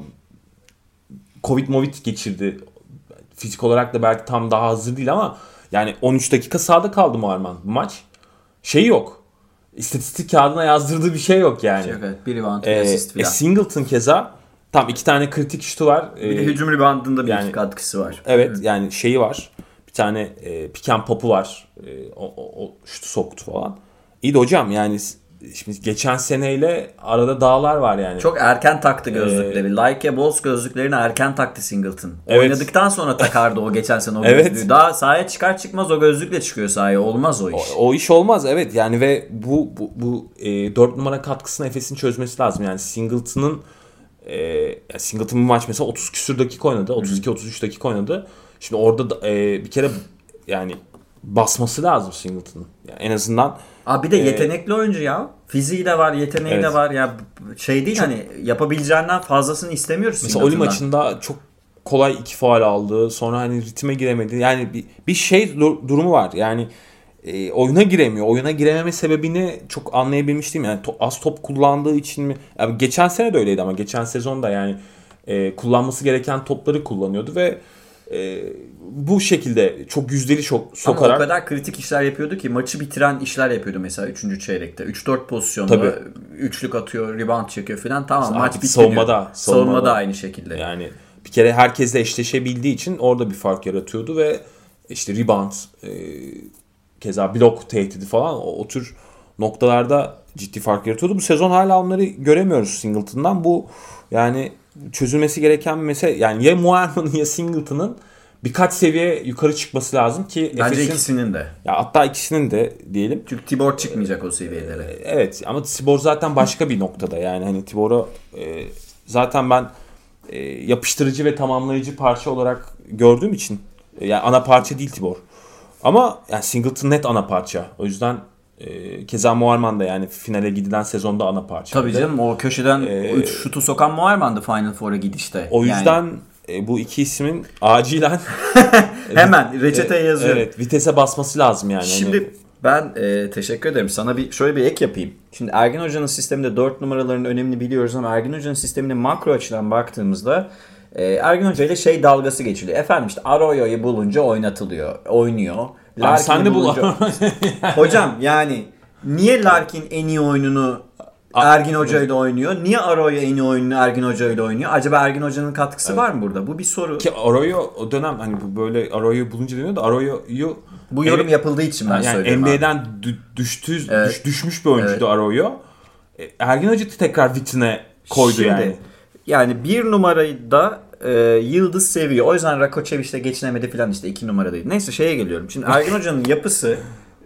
Covid Movid geçirdi. Fizik olarak da belki tam daha hazır değil ama yani on üç dakika sahada kaldı Muharman bu maç. Şey yok. İstatistik kağıdına yazdırdığı bir şey yok yani. Evet, bir rebound, bir Ee, asist e, filan. Singleton keza tam iki tane kritik şutu var. Bir de Ee, hücum reboundında bir yani- iki katkısı var. Evet yani şeyi var. Bir tane e, pick and pop'u var. E, o, o, o şutu soktu falan. İyi de hocam yani s- şimdi geçen seneyle arada dağlar var yani. Çok erken taktı gözlükleri. Like a Balls gözlüklerini erken taktı Singleton. Evet. Oynadıktan sonra takardı o geçen sene o Evet. gözlüğü. Daha sahaya çıkar çıkmaz o gözlükle çıkıyor sahaya. Olmaz o iş. O, o iş olmaz evet yani ve bu bu, bu e, dört numara katkısını Efes'in çözmesi lazım. Yani Singleton'ın e, yani Singleton bu maç mesela otuz küsür dakika oynadı. otuz iki otuz üç dakika oynadı. Şimdi orada da, e, bir kere yani basması lazım Singleton'ın. Yani en azından Abi bir de Ee, yetenekli oyuncu ya. Fiziği de var, yeteneği Evet. de var. Ya şey değil hani yapabileceğinden fazlasını istemiyoruz mesela Oli Singleton'dan. maçında çok kolay iki faul aldı. Sonra hani ritme giremedi. Yani bir, bir şey dur- durumu var. Yani e, oyuna giremiyor. Oyuna girememe sebebini çok anlayabilmiş değilim. Yani to- az top kullandığı için mi? Yani geçen sene de öyleydi ama geçen sezon da yani e, kullanması gereken topları kullanıyordu ve e, bu şekilde çok yüzdeli çok Ama sokarak. o kadar kritik işler yapıyordu ki maçı bitiren işler yapıyordu mesela üçüncü çeyrekte. üç dört pozisyonda Tabii. üçlük atıyor, rebound çekiyor falan. Tamam Artık maç bitti savunmada, diyor. savunmada. Savunmada aynı şekilde. Yani bir kere herkesle eşleşebildiği için orada bir fark yaratıyordu ve işte rebound, e, keza blok tehdidi falan o, o tür noktalarda ciddi fark yaratıyordu. Bu sezon hala onları göremiyoruz Singleton'dan. Bu yani çözülmesi gereken bir mesele. Yani ya Muharman'ın ya Singleton'ın birkaç seviye yukarı çıkması lazım ki Bence Efes'in, ikisinin de. ya hatta ikisinin de diyelim. Çünkü Tibor çıkmayacak o seviyelere. Evet ama Tibor zaten başka bir noktada yani hani Tibor'a e, zaten ben e, yapıştırıcı ve tamamlayıcı parça olarak gördüğüm için e, yani ana parça değil Tibor. Ama yani Singleton net ana parça. O yüzden e, keza Moerman da yani finale gidilen sezonda ana parça. Tabii canım, o köşeden üç Ee, şutu sokan Moerman'dı Final Four'a gidişte. O yüzden Yani e, bu iki ismin acilen hemen reçeteye yazıyorum. evet, vitese basması lazım yani. Şimdi Hani, ben e, teşekkür ederim. Sana bir şöyle bir ek yapayım. Şimdi Ergin Hoca'nın sisteminde dört numaraların önemini biliyoruz ama Ergin Hoca'nın sistemine makro açıdan baktığımızda e, Ergin Hoca ile şey dalgası geçiliyor. Efendim işte Arroyo'yu bulunca oynatılıyor, oynuyor. abi sen de bul. Hocam yani niye Larkin en iyi oyununu Ergin Hoca ile oynuyor? Niye Arroyo en iyi oyununu Ergin Hoca ile oynuyor? Acaba Ergin Hoca'nın katkısı Evet. var mı burada? Bu bir soru. Ki Arroyo o dönem hani bu böyle Arroyo'yu bulunca deniyor da Arroyo'yu Bu yorum yapıldığı için ben yani söylüyorum. N B abi. A'den dü- düştüğü Evet. düş- düşmüş bir oyuncuydu Evet. Arroyo. E, Ergin Hoca tekrar vitrine koydu Şimdi, yani. Yani bir numarayı da e, Yıldız seviyor. O yüzden Rakočević'le geçinemedi falan, işte iki numaradaydı. Neyse şeye geliyorum. Şimdi Ergin Hoca'nın yapısı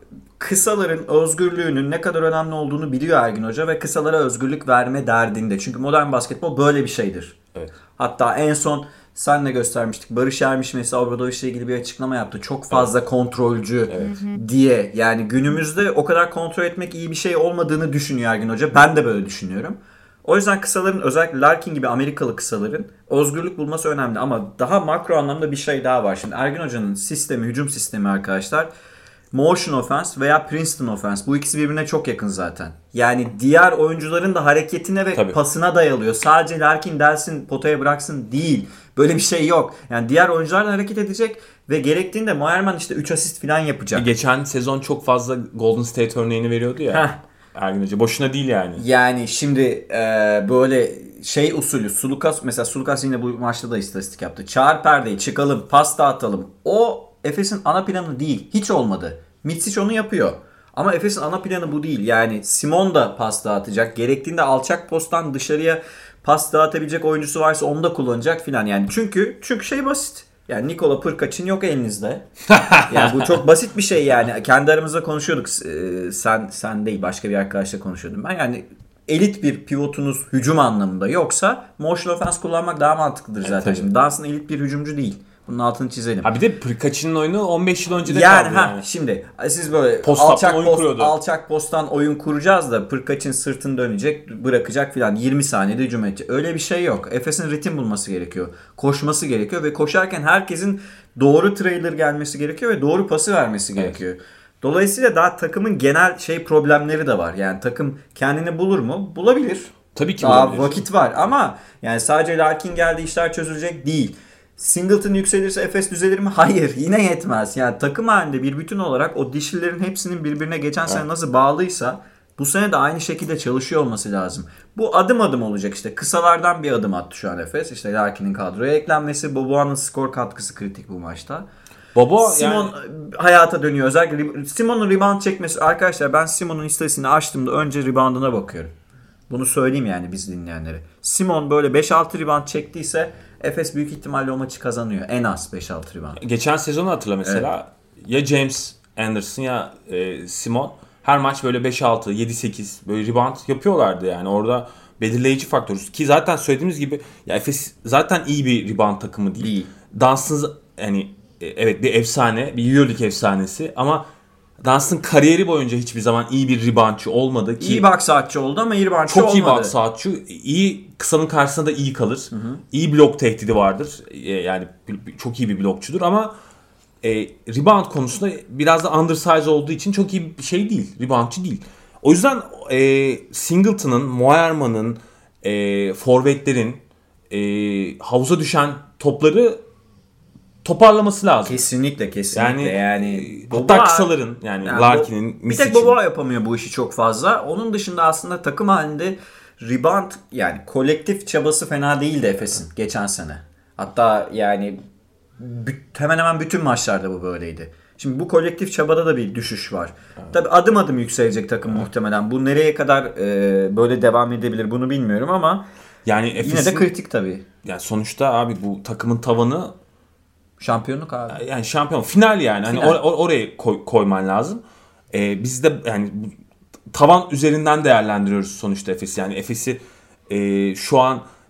kısaların özgürlüğünün ne kadar önemli olduğunu biliyor Ergin Hoca ve kısalara özgürlük verme derdinde. Çünkü modern basketbol böyle bir şeydir. Evet. Hatta en son senle göstermiştik. Barış Ermiş mesela Obradoviç'le ilgili bir açıklama yaptı. Çok fazla kontrolcü diye. Yani günümüzde o kadar kontrol etmek iyi bir şey olmadığını düşünüyor Ergin Hoca. Ben de böyle düşünüyorum. O yüzden kısaların, özellikle Larkin gibi Amerikalı kısaların özgürlük bulması önemli. Ama daha makro anlamda bir şey daha var. Şimdi Ergin Hoca'nın sistemi, hücum sistemi arkadaşlar, motion offense veya Princeton offense. Bu ikisi birbirine çok yakın zaten. Yani diğer oyuncuların da hareketine ve Tabii. pasına dayalıyor. Sadece Larkin delsin, potaya bıraksın değil. Böyle bir şey yok. Yani diğer oyuncular da hareket edecek ve gerektiğinde Moerman işte üç asist falan yapacak. Geçen sezon çok fazla Golden State örneğini veriyordu ya. Heh. Ergin Hoca boşuna değil yani. Yani şimdi e, böyle şey usulü, Sulukas mesela, Sulukas yine bu maçta da istatistik yaptı. Çağır perdeyi, çıkalım, pas dağıtalım. O Efes'in ana planı değil. Hiç olmadı. Mitsic onu yapıyor. Ama Efes'in ana planı bu değil. Yani Simon da pas dağıtacak. Gerektiğinde alçak posttan dışarıya pas dağıtabilecek oyuncusu varsa onu da kullanacak filan. Yani çünkü çünkü şey basit. Yani Nikola Pırkaç'ın yok elinizde. Yani bu çok basit bir şey yani. Kendi aramızda konuşuyorduk. Ee, sen sen değil, başka bir arkadaşla konuşuyordum ben. Yani elit bir pivotunuz hücum anlamında yoksa motion offense kullanmak daha mantıklıdır zaten. tabii. Şimdi Dawson elit bir hücumcu değil. Bunun altını çizelim. Ha bir de Pırkaç'ın oyunu on beş yıl önce de Yani kaldı ha yani. şimdi siz böyle Post-up'tan alçak oyun post, kuruyordu. alçak posttan oyun kuracağız da Pırkaç'ın sırtını dönecek, bırakacak filan, yirmi saniyede hücum edecek. Öyle bir şey yok. Efes'in ritim bulması gerekiyor. Koşması gerekiyor ve koşarken herkesin doğru trailer gelmesi gerekiyor ve doğru pası vermesi gerekiyor. Dolayısıyla daha takımın genel şey problemleri de var. Yani takım kendini bulur mu? Bulabilir. Tabii ki Daha bulabilir. vakit var ama yani sadece Larkin geldi işler çözülecek değil. Singleton yükselirse Efes düzelir mi? Hayır. Yine yetmez. Yani takım halinde bir bütün olarak o dişlilerin hepsinin birbirine geçen sene Evet. nasıl bağlıysa bu sene de aynı şekilde çalışıyor olması lazım. Bu adım adım olacak işte. Kısalardan bir adım attı şu an Efes. İşte Larkin'in kadroya eklenmesi, Boboa'nın skor katkısı kritik bu maçta. Bobo Simon yani hayata dönüyor. Özellikle Simon'un rebound çekmesi. Arkadaşlar ben Simon'un istatistiğini açtığımda önce reboundına bakıyorum. Bunu söyleyeyim yani biz dinleyenlere. Simon böyle beş altı rebound çektiyse Efes büyük ihtimalle o maçı kazanıyor. En az beş altı rebound. geçen sezonu hatırla mesela. Ya James Anderson ya e, Simon her maç böyle beş altı yedi sekiz böyle rebound yapıyorlardı yani. Orada belirleyici faktör. Ki zaten söylediğimiz gibi ya Efes zaten iyi bir rebound takımı değil. Değil. Dunstan yani e, evet bir efsane, bir Euroleague efsanesi ama Dunstan kariyeri boyunca hiçbir zaman iyi bir reboundçı olmadı ki. İyi box outçı oldu ama iyi reboundçı Çok olmadı. iyi box outçu, iyi kısanın karşısında da iyi kalır. Hı hı. İyi blok tehdidi vardır. E, Yani çok iyi bir blokçudur ama e, rebound konusunda biraz da undersize olduğu için çok iyi bir şey değil. Reboundçı değil. O yüzden e, Singleton'ın, Moerman'ın, e, forvetlerin e, havuza düşen topları toparlaması lazım. Kesinlikle kesinlikle Yani, yani, e, hatta Boboa- kısaların yani, Yani Larkin'in, bo- bir Misic'in. tek Boboa yapamıyor bu işi çok fazla. Onun dışında aslında takım halinde rebound, yani kolektif çabası fena değildi Efes'in geçen sene. Hatta yani bü- hemen hemen bütün maçlarda bu böyleydi. Şimdi bu kolektif çabada da bir düşüş var. Evet. Tabii adım adım yükselecek takım evet. muhtemelen. Bu nereye kadar e, böyle devam edebilir bunu bilmiyorum ama yani yine Efes'in, de kritik tabii. Yani sonuçta abi bu takımın tavanı şampiyonluk abi. Yani şampiyon final yani. Hani Final. or- or- oraya koy- koyman lazım. Ee, biz de yani tavan üzerinden değerlendiriyoruz sonuçta Efes'i. Yani Efes'i e, şu an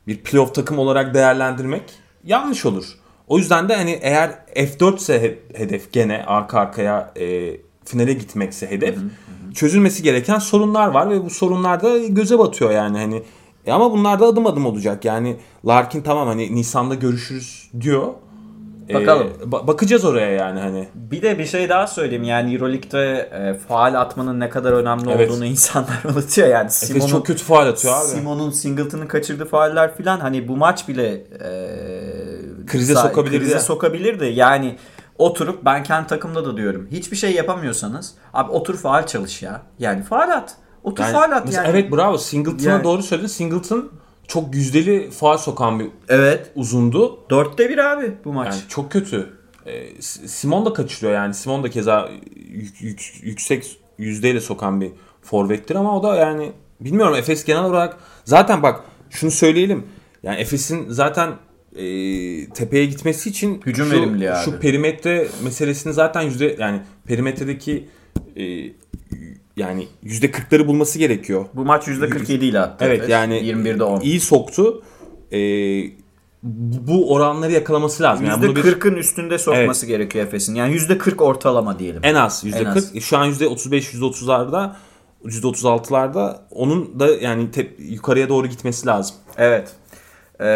bir playoff takım olarak değerlendirmek yanlış olur. O yüzden de hani eğer F dört ise he- hedef gene arka arkaya e, finale gitmekse hedef, hı hı hı. çözülmesi gereken sorunlar var ve bu sorunlar da göze batıyor yani hani. E ama bunlar da adım adım olacak. Yani Larkin tamam hani Nisan'da görüşürüz diyor. Bakalım. Ee, ba- bakacağız oraya yani hani. Bir de bir şey daha söyleyeyim. Yani EuroLeague'de e, faal atmanın ne kadar önemli evet. olduğunu insanlar unutuyor. Yani Simon'un çok kötü faal atıyor abi. Simon'un Singleton'ın kaçırdığı fauller filan hani bu maç bile e, krize sa- sokabilirdi. Krize sokabilirdi. Yani oturup ben kendi takımda da diyorum. Hiçbir şey yapamıyorsanız abi otur faal çalış ya. Yani faal at. Otur yani, faal at yani. Evet bravo. Singleton'a yani. doğru söyledin. Singleton çok yüzdeli faal sokan bir evet. uzundu. Dörtte bir abi bu maç. Yani çok kötü. Ee, Simon da kaçırıyor yani. Simon da keza yük, yük, yüksek yüzdeyle sokan bir forvettir ama o da yani bilmiyorum Efes genel olarak zaten bak şunu söyleyelim. Yani Efes'in zaten e, tepeye gitmesi için hücum şu, verimli abi. Şu perimetre meselesini zaten yüzde yani perimetredeki e, yani yüzde kırkları bulması gerekiyor. Bu maç yüzde kırk yedi ile attı. Evet yani yirmi birde on. iyi soktu. Eee bu oranları yakalaması lazım. yüzde yani kırkın bir... üstünde sokması evet. gerekiyor Efes'in. Yani yüzde kırk ortalama diyelim. En az yüzde kırk. Şu an yüzde otuz beş yüzde otuzlarda yüzde otuz altılarda onun da yani te- yukarıya doğru gitmesi lazım. Evet. Ee,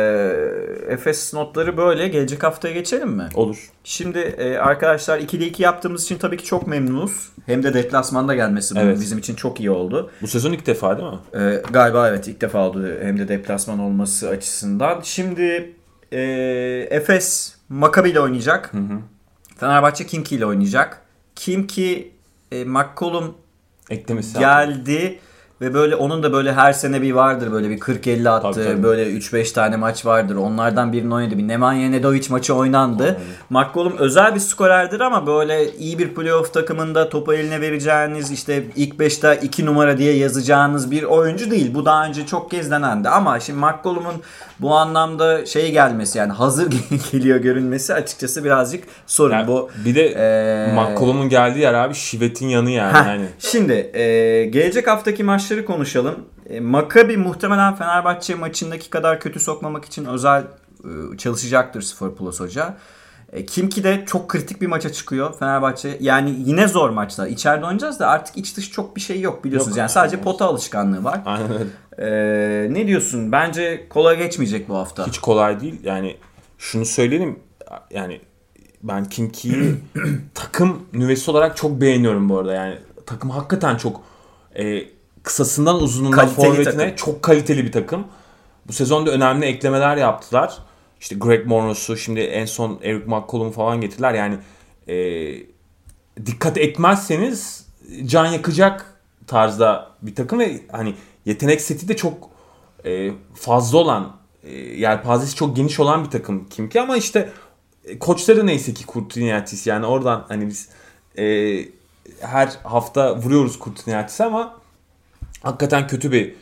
Efes notları böyle. Gelecek haftaya geçelim mi? Olur. Şimdi e, arkadaşlar ikide iki yaptığımız için tabii ki çok memnunuz. Hem de deplasmanda gelmesi evet. bizim için çok iyi oldu. Bu sezon ilk defa değil mi? Ee, galiba evet ilk defa oldu. Hem de deplasman olması açısından. Şimdi e, Efes Maccabi ile oynayacak. Hı hı. Fenerbahçe Khimki ile oynayacak. Khimki e, McCollum eklemesi geldi. Abi. Ve böyle onun da böyle her sene bir vardır böyle bir kırk elli attı. Tabii, tabii. Böyle üç beş tane maç vardır. Onlardan birini oynadı. Bir Nemanja Nedovic maçı oynandı. McCollum özel bir skorerdir ama böyle iyi bir playoff takımında topu eline vereceğiniz işte ilk beşte iki numara diye yazacağınız bir oyuncu değil. Bu daha önce çok kez denendi. Ama şimdi McCollum'un bu anlamda şey gelmesi yani hazır geliyor görünmesi açıkçası birazcık sorun. Yani bu bir de ee... McCollum'un geldiği yer abi Şivet'in yanı yani. Heh, yani. Şimdi e, gelecek haftaki maçları konuşalım. E, Maccabi muhtemelen Fenerbahçe maçındaki kadar kötü sokmamak için özel e, çalışacaktır Spor Plus Hoca. E, Khimki de çok kritik bir maça çıkıyor Fenerbahçe. Yani yine zor maçlar. İçeride oynayacağız da artık iç dış çok bir şey yok biliyorsunuz. Yok, yani sadece aynen. Pota alışkanlığı var. Aynen öyle. E, ne diyorsun? Bence kolay geçmeyecek bu hafta. Hiç kolay değil. Yani şunu söyleyelim. Yani ben Khimki'yi takım nüvesi olarak çok beğeniyorum bu arada. Yani takım hakikaten çok e, kısasından uzunundan forvetine çok kaliteli bir takım. Bu sezonda önemli eklemeler yaptılar. İşte Greg Monroe'su, şimdi en son Eric McCollum'u falan getirdiler. Yani e, dikkat etmezseniz can yakacak tarzda bir takım ve hani yetenek seti de çok e, fazla olan, e, yelpazesi çok geniş olan bir takım Khimki ama işte e, koçları neyse ki Kurtuniatis yani oradan hani biz e, her hafta vuruyoruz Kurtuniatis'e ama hakikaten kötü bir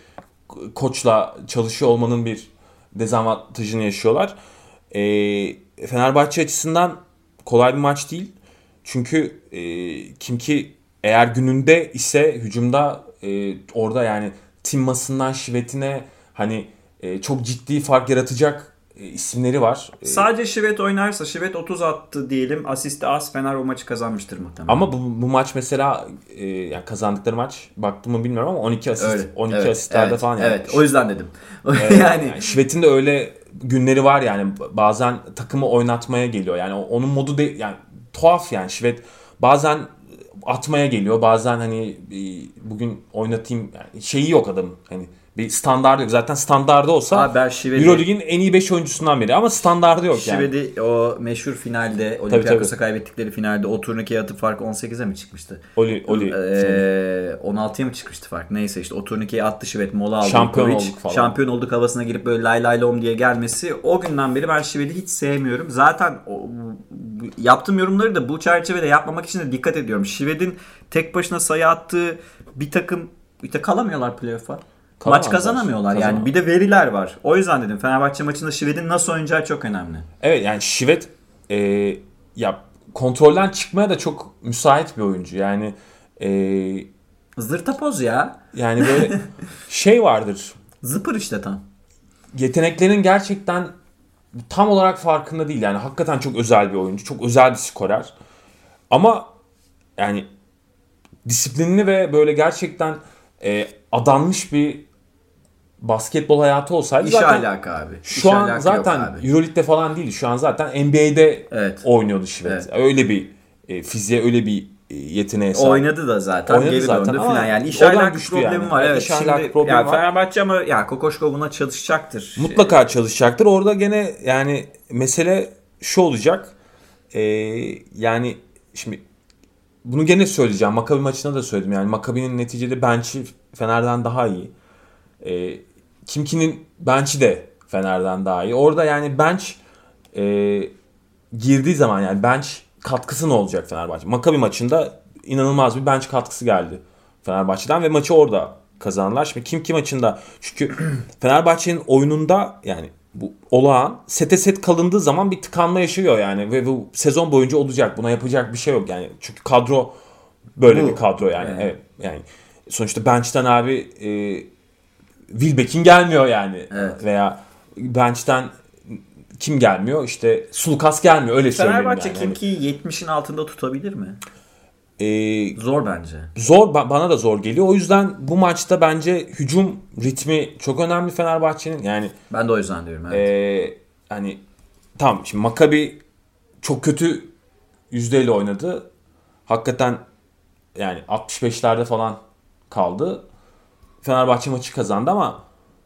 koçla çalışıyor olmanın bir dezavantajını yaşıyorlar. E, Fenerbahçe açısından kolay bir maç değil. Çünkü e, Khimki eğer gününde ise hücumda e, orada yani Timmas'ından Şivet'ine hani e, çok ciddi fark yaratacak e, isimleri var. Sadece Şivet oynarsa Şivet otuz attı diyelim. Asisti az Fener o maçı kazanmıştır muhtemelen. Ama bu, bu maç mesela e, yani kazandıkları maç baktım mı bilmiyorum ama on iki asist öyle. on iki evet, asistlerde evet, falan yani. Evet, o yüzden dedim. yani, yani Şivet'in de öyle günleri var yani bazen takımı oynatmaya geliyor. Yani onun modu de yani tuhaf yani Şivet bazen atmaya geliyor. Bazen hani bugün oynatayım yani şeyi yok adam hani bir standardı yok. Zaten standardı olsa Euroleague'in en iyi beş oyuncusundan biri ama standardı yok yani. Şivedi o meşhur finalde Olympiakos'a kaybettikleri finalde o turnikeyi atıp fark on sekize mi çıkmıştı? Oli, Oli. Ee, on altıya mı çıkmıştı fark? Neyse işte o turnikeyi attı Şivet, mola aldı. Şampiyon Kovic, olduk falan. Şampiyon olduk havasına girip böyle lay lay lom diye gelmesi. O günden beri ben Şivet'i hiç sevmiyorum. Zaten o, yaptığım yorumları da bu çerçevede yapmamak için de dikkat ediyorum. Şivet'in tek başına sayı attığı bir takım bir de kalamıyorlar playoff'a. Maç kazanamıyorlar yani. Kazanam. Bir de veriler var. O yüzden dedim Fenerbahçe maçında Şivet'in nasıl oynayacağı çok önemli. Evet yani Şivet e, ya kontrolden çıkmaya da çok müsait bir oyuncu. Yani e, zırtapoz ya. Yani böyle şey vardır. Zıpır işte tam. yeteneklerin gerçekten tam olarak farkında değil. Yani hakikaten çok özel bir oyuncu. Çok özel bir skorer. Ama yani disiplinli ve böyle gerçekten e, adanmış bir basketbol hayatı olsaydı İş zaten alaka abi. İş şu an alaka zaten yok abi. Euroleague'de falan değil. Şu an zaten N B A'de Evet. oynuyordu Şivet. Evet. Öyle bir e, fiziğe, öyle bir e, yeteneğe sahip. Oynadı da zaten. Oynadı Geri zaten döndü ama falan. Yani iş oradan alaka düştü problemi yani. var. Evet. İş alaka Şimdi problemi ya var. Fenerbahçe ama ya Kokoşko buna çalışacaktır. Mutlaka çalışacaktır. Orada gene yani mesele şu olacak. E, yani şimdi bunu gene söyleyeceğim. Maccabi maçında da söyledim. Yani Maccabi'nin neticede bench'i Fener'den daha iyi. E, Kimki'nin bench'i de Fener'den daha iyi. Orada yani bench e, girdiği zaman yani bench katkısı ne olacak Fenerbahçe? Maccabi maçında inanılmaz bir bench katkısı geldi Fenerbahçe'den ve maçı orada kazandılar. Şimdi Kimki maçında çünkü Fenerbahçe'nin oyununda yani bu olağan sete set kalındığı zaman bir tıkanma yaşıyor yani ve bu sezon boyunca olacak. Buna yapacak bir şey yok yani. Çünkü kadro böyle Bu, bir kadro yani. yani. Evet yani sonuçta bench'ten abi e, Wilbekin gelmiyor yani. Evet. Veya bench'ten kim gelmiyor? İşte Sulukas gelmiyor. Öyle söyleyeyim Fenerbahçe yani. Kimki'yi yetmişin altında tutabilir mi? Ee, Zor bence. Zor, bana da zor geliyor. O yüzden bu maçta bence hücum ritmi çok önemli Fenerbahçe'nin. Yani Ben de o yüzden diyorum. Evet. ee, hani tamam şimdi Maccabi çok kötü yüzdeyle oynadı. Hakikaten yani altmış beşlerde falan kaldı. Fenerbahçe maçı kazandı ama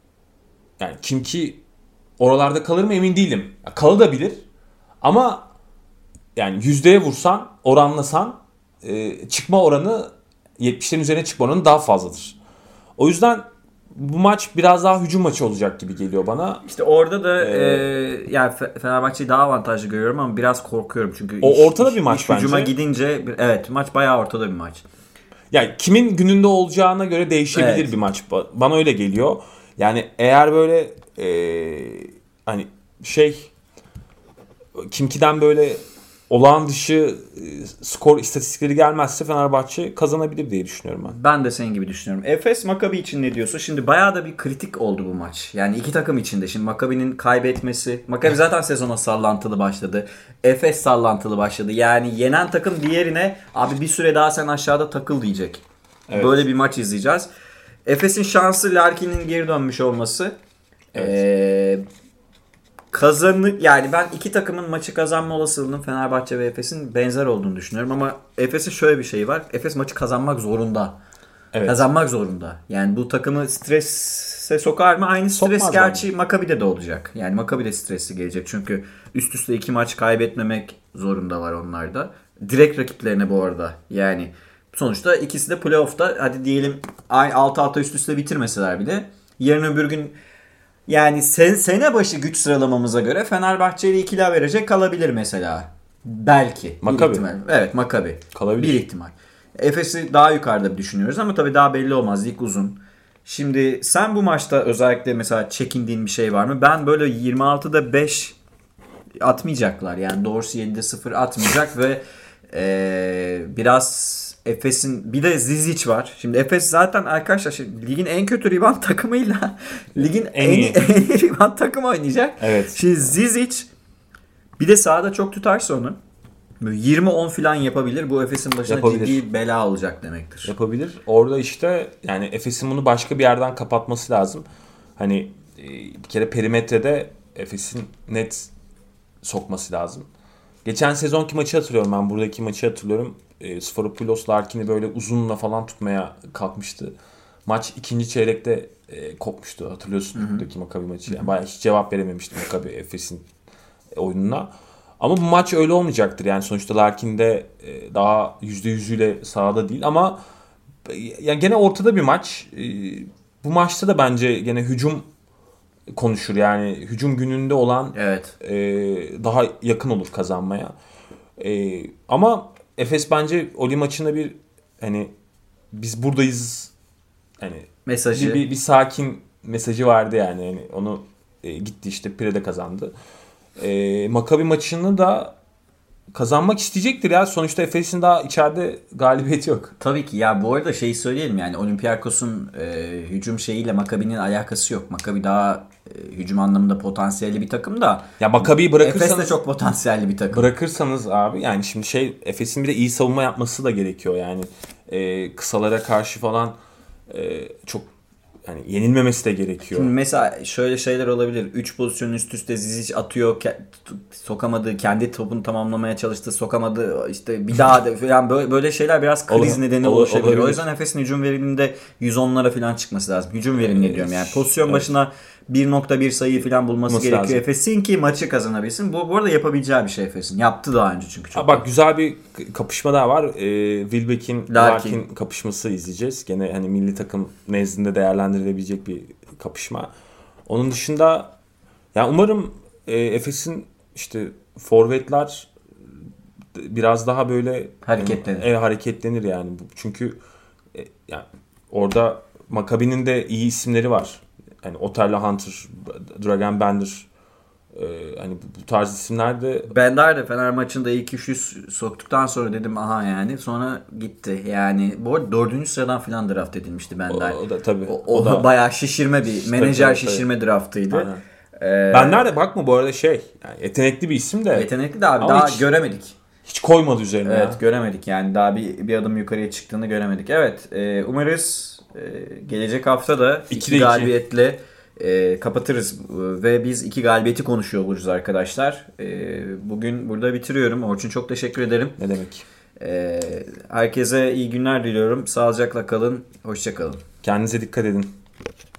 yani Kimki oralarda kalır mı emin değilim. Kalabilir ama yani yüzdeye vursan, oranlasan e, çıkma oranı yetmişlerin üzerine çıkma oranı daha fazladır. O yüzden bu maç biraz daha hücum maçı olacak gibi geliyor bana. İşte orada da Ee, e, yani Fenerbahçe'yi daha avantajlı görüyorum ama biraz korkuyorum çünkü O iş, ortada iş, bir maç iş hücuma bence. gidince evet maç bayağı ortada bir maç. Yani kimin gününde olacağına göre değişebilir Evet. bir maç. Bana öyle geliyor. Yani eğer böyle e, hani şey Kimki'den böyle olağan dışı e, skor istatistikleri gelmezse Fenerbahçe kazanabilir diye düşünüyorum ben. Ben de senin gibi düşünüyorum. Efes Maccabi için ne diyorsun? Şimdi bayağı da bir kritik oldu bu maç. Yani iki takım içinde. Şimdi Maccabi'nin kaybetmesi. Maccabi zaten sezona sallantılı başladı. Efes sallantılı başladı. Yani yenen takım diğerine abi bir süre daha sen aşağıda takıl diyecek. Evet. Böyle bir maç izleyeceğiz. Efes'in şansı Larkin'in geri dönmüş olması. Evet. Ee, kazanı yani ben iki takımın maçı kazanma olasılığının Fenerbahçe ve Efes'in benzer olduğunu düşünüyorum ama Efes'in şöyle bir şeyi var. Efes maçı kazanmak zorunda. Evet. Kazanmak zorunda. Yani bu takımı strese sokar mı? Aynı stres Sokmaz gerçi Maccabi'de de olacak. Yani Maccabi de stresli gelecek. Çünkü üst üste iki maç kaybetmemek zorunda var onlarda. Direkt rakiplerine bu arada. Yani sonuçta ikisi de playoff'ta hadi diyelim altı altı üst üste bitirmeseler bile yarın öbür gün yani sen, sene başı güç sıralamamıza göre Fenerbahçe ile ikili verecek kalabilir mesela. Belki. Maccabi. Bir ihtimal. Evet Maccabi. Kalabilir. Bir ihtimal. Efes'i daha yukarıda düşünüyoruz ama tabii daha belli olmaz. Lig uzun. Şimdi sen bu maçta özellikle mesela çekindiğin bir şey var mı? Ben böyle yirmi altıda beş atmayacaklar. Yani doğrusu yedide sıfır atmayacak ve ee, biraz Efes'in bir de Zizic var. Şimdi Efes zaten arkadaşlar şimdi ligin en kötü rebound takımıyla ligin en, En iyi. en iyi rebound takımı oynayacak. Evet. Şimdi Zizic bir de sahada çok tutarsa onu böyle yirmi on falan yapabilir. Bu Efes'in başına Yapabilir. ciddi bela olacak demektir. Yapabilir. Orada işte yani Efes'in bunu başka bir yerden kapatması lazım. Hani e, bir kere perimetrede Efes'in net sokması lazım. Geçen sezonki maçı hatırlıyorum ben. Buradaki maçı hatırlıyorum. E, Sforopoulos Larkin'i böyle uzunla falan tutmaya kalkmıştı. Maç ikinci çeyrekte e, kopmuştu. Hatırlıyorsun Hı hı. buradaki Maccabi maçı. Yani bayağı hiç cevap verememişti Maccabi Efes'in oyununa. Ama bu maç öyle olmayacaktır. Yani sonuçta Larkin de e, daha yüzde yüzüyle sahada değil ama e, yani gene ortada bir maç. E, bu maçta da bence gene hücum konuşur. Yani hücum gününde olan Evet. e, daha yakın olur kazanmaya. E, ama Efes bence Oli maçında bir hani biz buradayız hani Mesajı. bir, bir, bir sakin mesajı vardı yani. Yani onu e, gitti işte Pire'de kazandı. E, Maccabi maçını da kazanmak isteyecektir ya. Sonuçta Efes'in daha içeride galibiyeti yok. Tabii ki ya, bu arada şeyi söyleyelim, yani Olympiakos'un e, hücum şeyiyle Maccabi'nin alakası yok. Maccabi daha e, hücum anlamında potansiyelli bir takım da. Ya Maccabi'yi bırakırsanız Efes de çok potansiyelli bir takım. Bırakırsanız abi, yani şimdi şey, Efes'in bir de iyi savunma yapması da gerekiyor yani. E, kısalara karşı falan e, çok yani yenilmemesi de gerekiyor. Şimdi mesela şöyle şeyler olabilir. üç pozisyon üst üste Zizic atıyor, ke- sokamadı, kendi topunu tamamlamaya çalıştı, sokamadı, işte bir daha da falan, böyle, böyle şeyler biraz kriz Olur- nedeni olur- oluşabilir. olabilir. O yüzden Efes'in hücum veriminde yüz onlara falan çıkması lazım. Hücum verimli diyorum yani. Pozisyon Evet. başına bir nokta bir sayı falan bulması Bulması gerekiyor lazım. Efes'in ki maçı kazanabilsin. Bu, bu arada yapabileceği bir şey Efes'in. Yaptı daha önce çünkü çok. Ha, bak güzel bir kapışma daha var. Ee, Wilbeck'in Larkin. Larkin kapışması izleyeceğiz. Gene hani milli takım nezdinde değerlendirilebilecek bir kapışma. Onun dışında ya umarım e, Efes'in işte forvetler biraz daha böyle Hareketlenir. E, hareketlenir yani. Bu- Çünkü e, yani orada Maccabi'nin de iyi isimleri var. Yani Otello Hunter, Dragan Bender, e, hani bu, bu tarz isimler de Bender de Fener maçında ilk üçlü soktuktan sonra dedim aha yani. Sonra gitti. Yani bu arada dördüncü sıradan falan draft edilmişti Bender. o, o da tabii. O, o, da bayağı şişirme bir menajer tabii, şişirme draftıydı. Aynen. Ee, Bender de bakma bu arada şey, yani yetenekli bir isim de yetenekli de abi, Ama daha hiç- göremedik. hiç koymadı üzerine Evet, ya. göremedik yani, daha bir bir adım yukarıya çıktığını göremedik. Evet, e, umarız e, gelecek hafta da İkide iki iki. galibiyetle e, kapatırız ve biz iki galibiyeti konuşuyor oluruz arkadaşlar. E, bugün burada bitiriyorum. Orçun, çok teşekkür ederim. Ne demek? E, herkese iyi günler diliyorum. Sağlıcakla kalın. Hoşça kalın. Kendinize dikkat edin.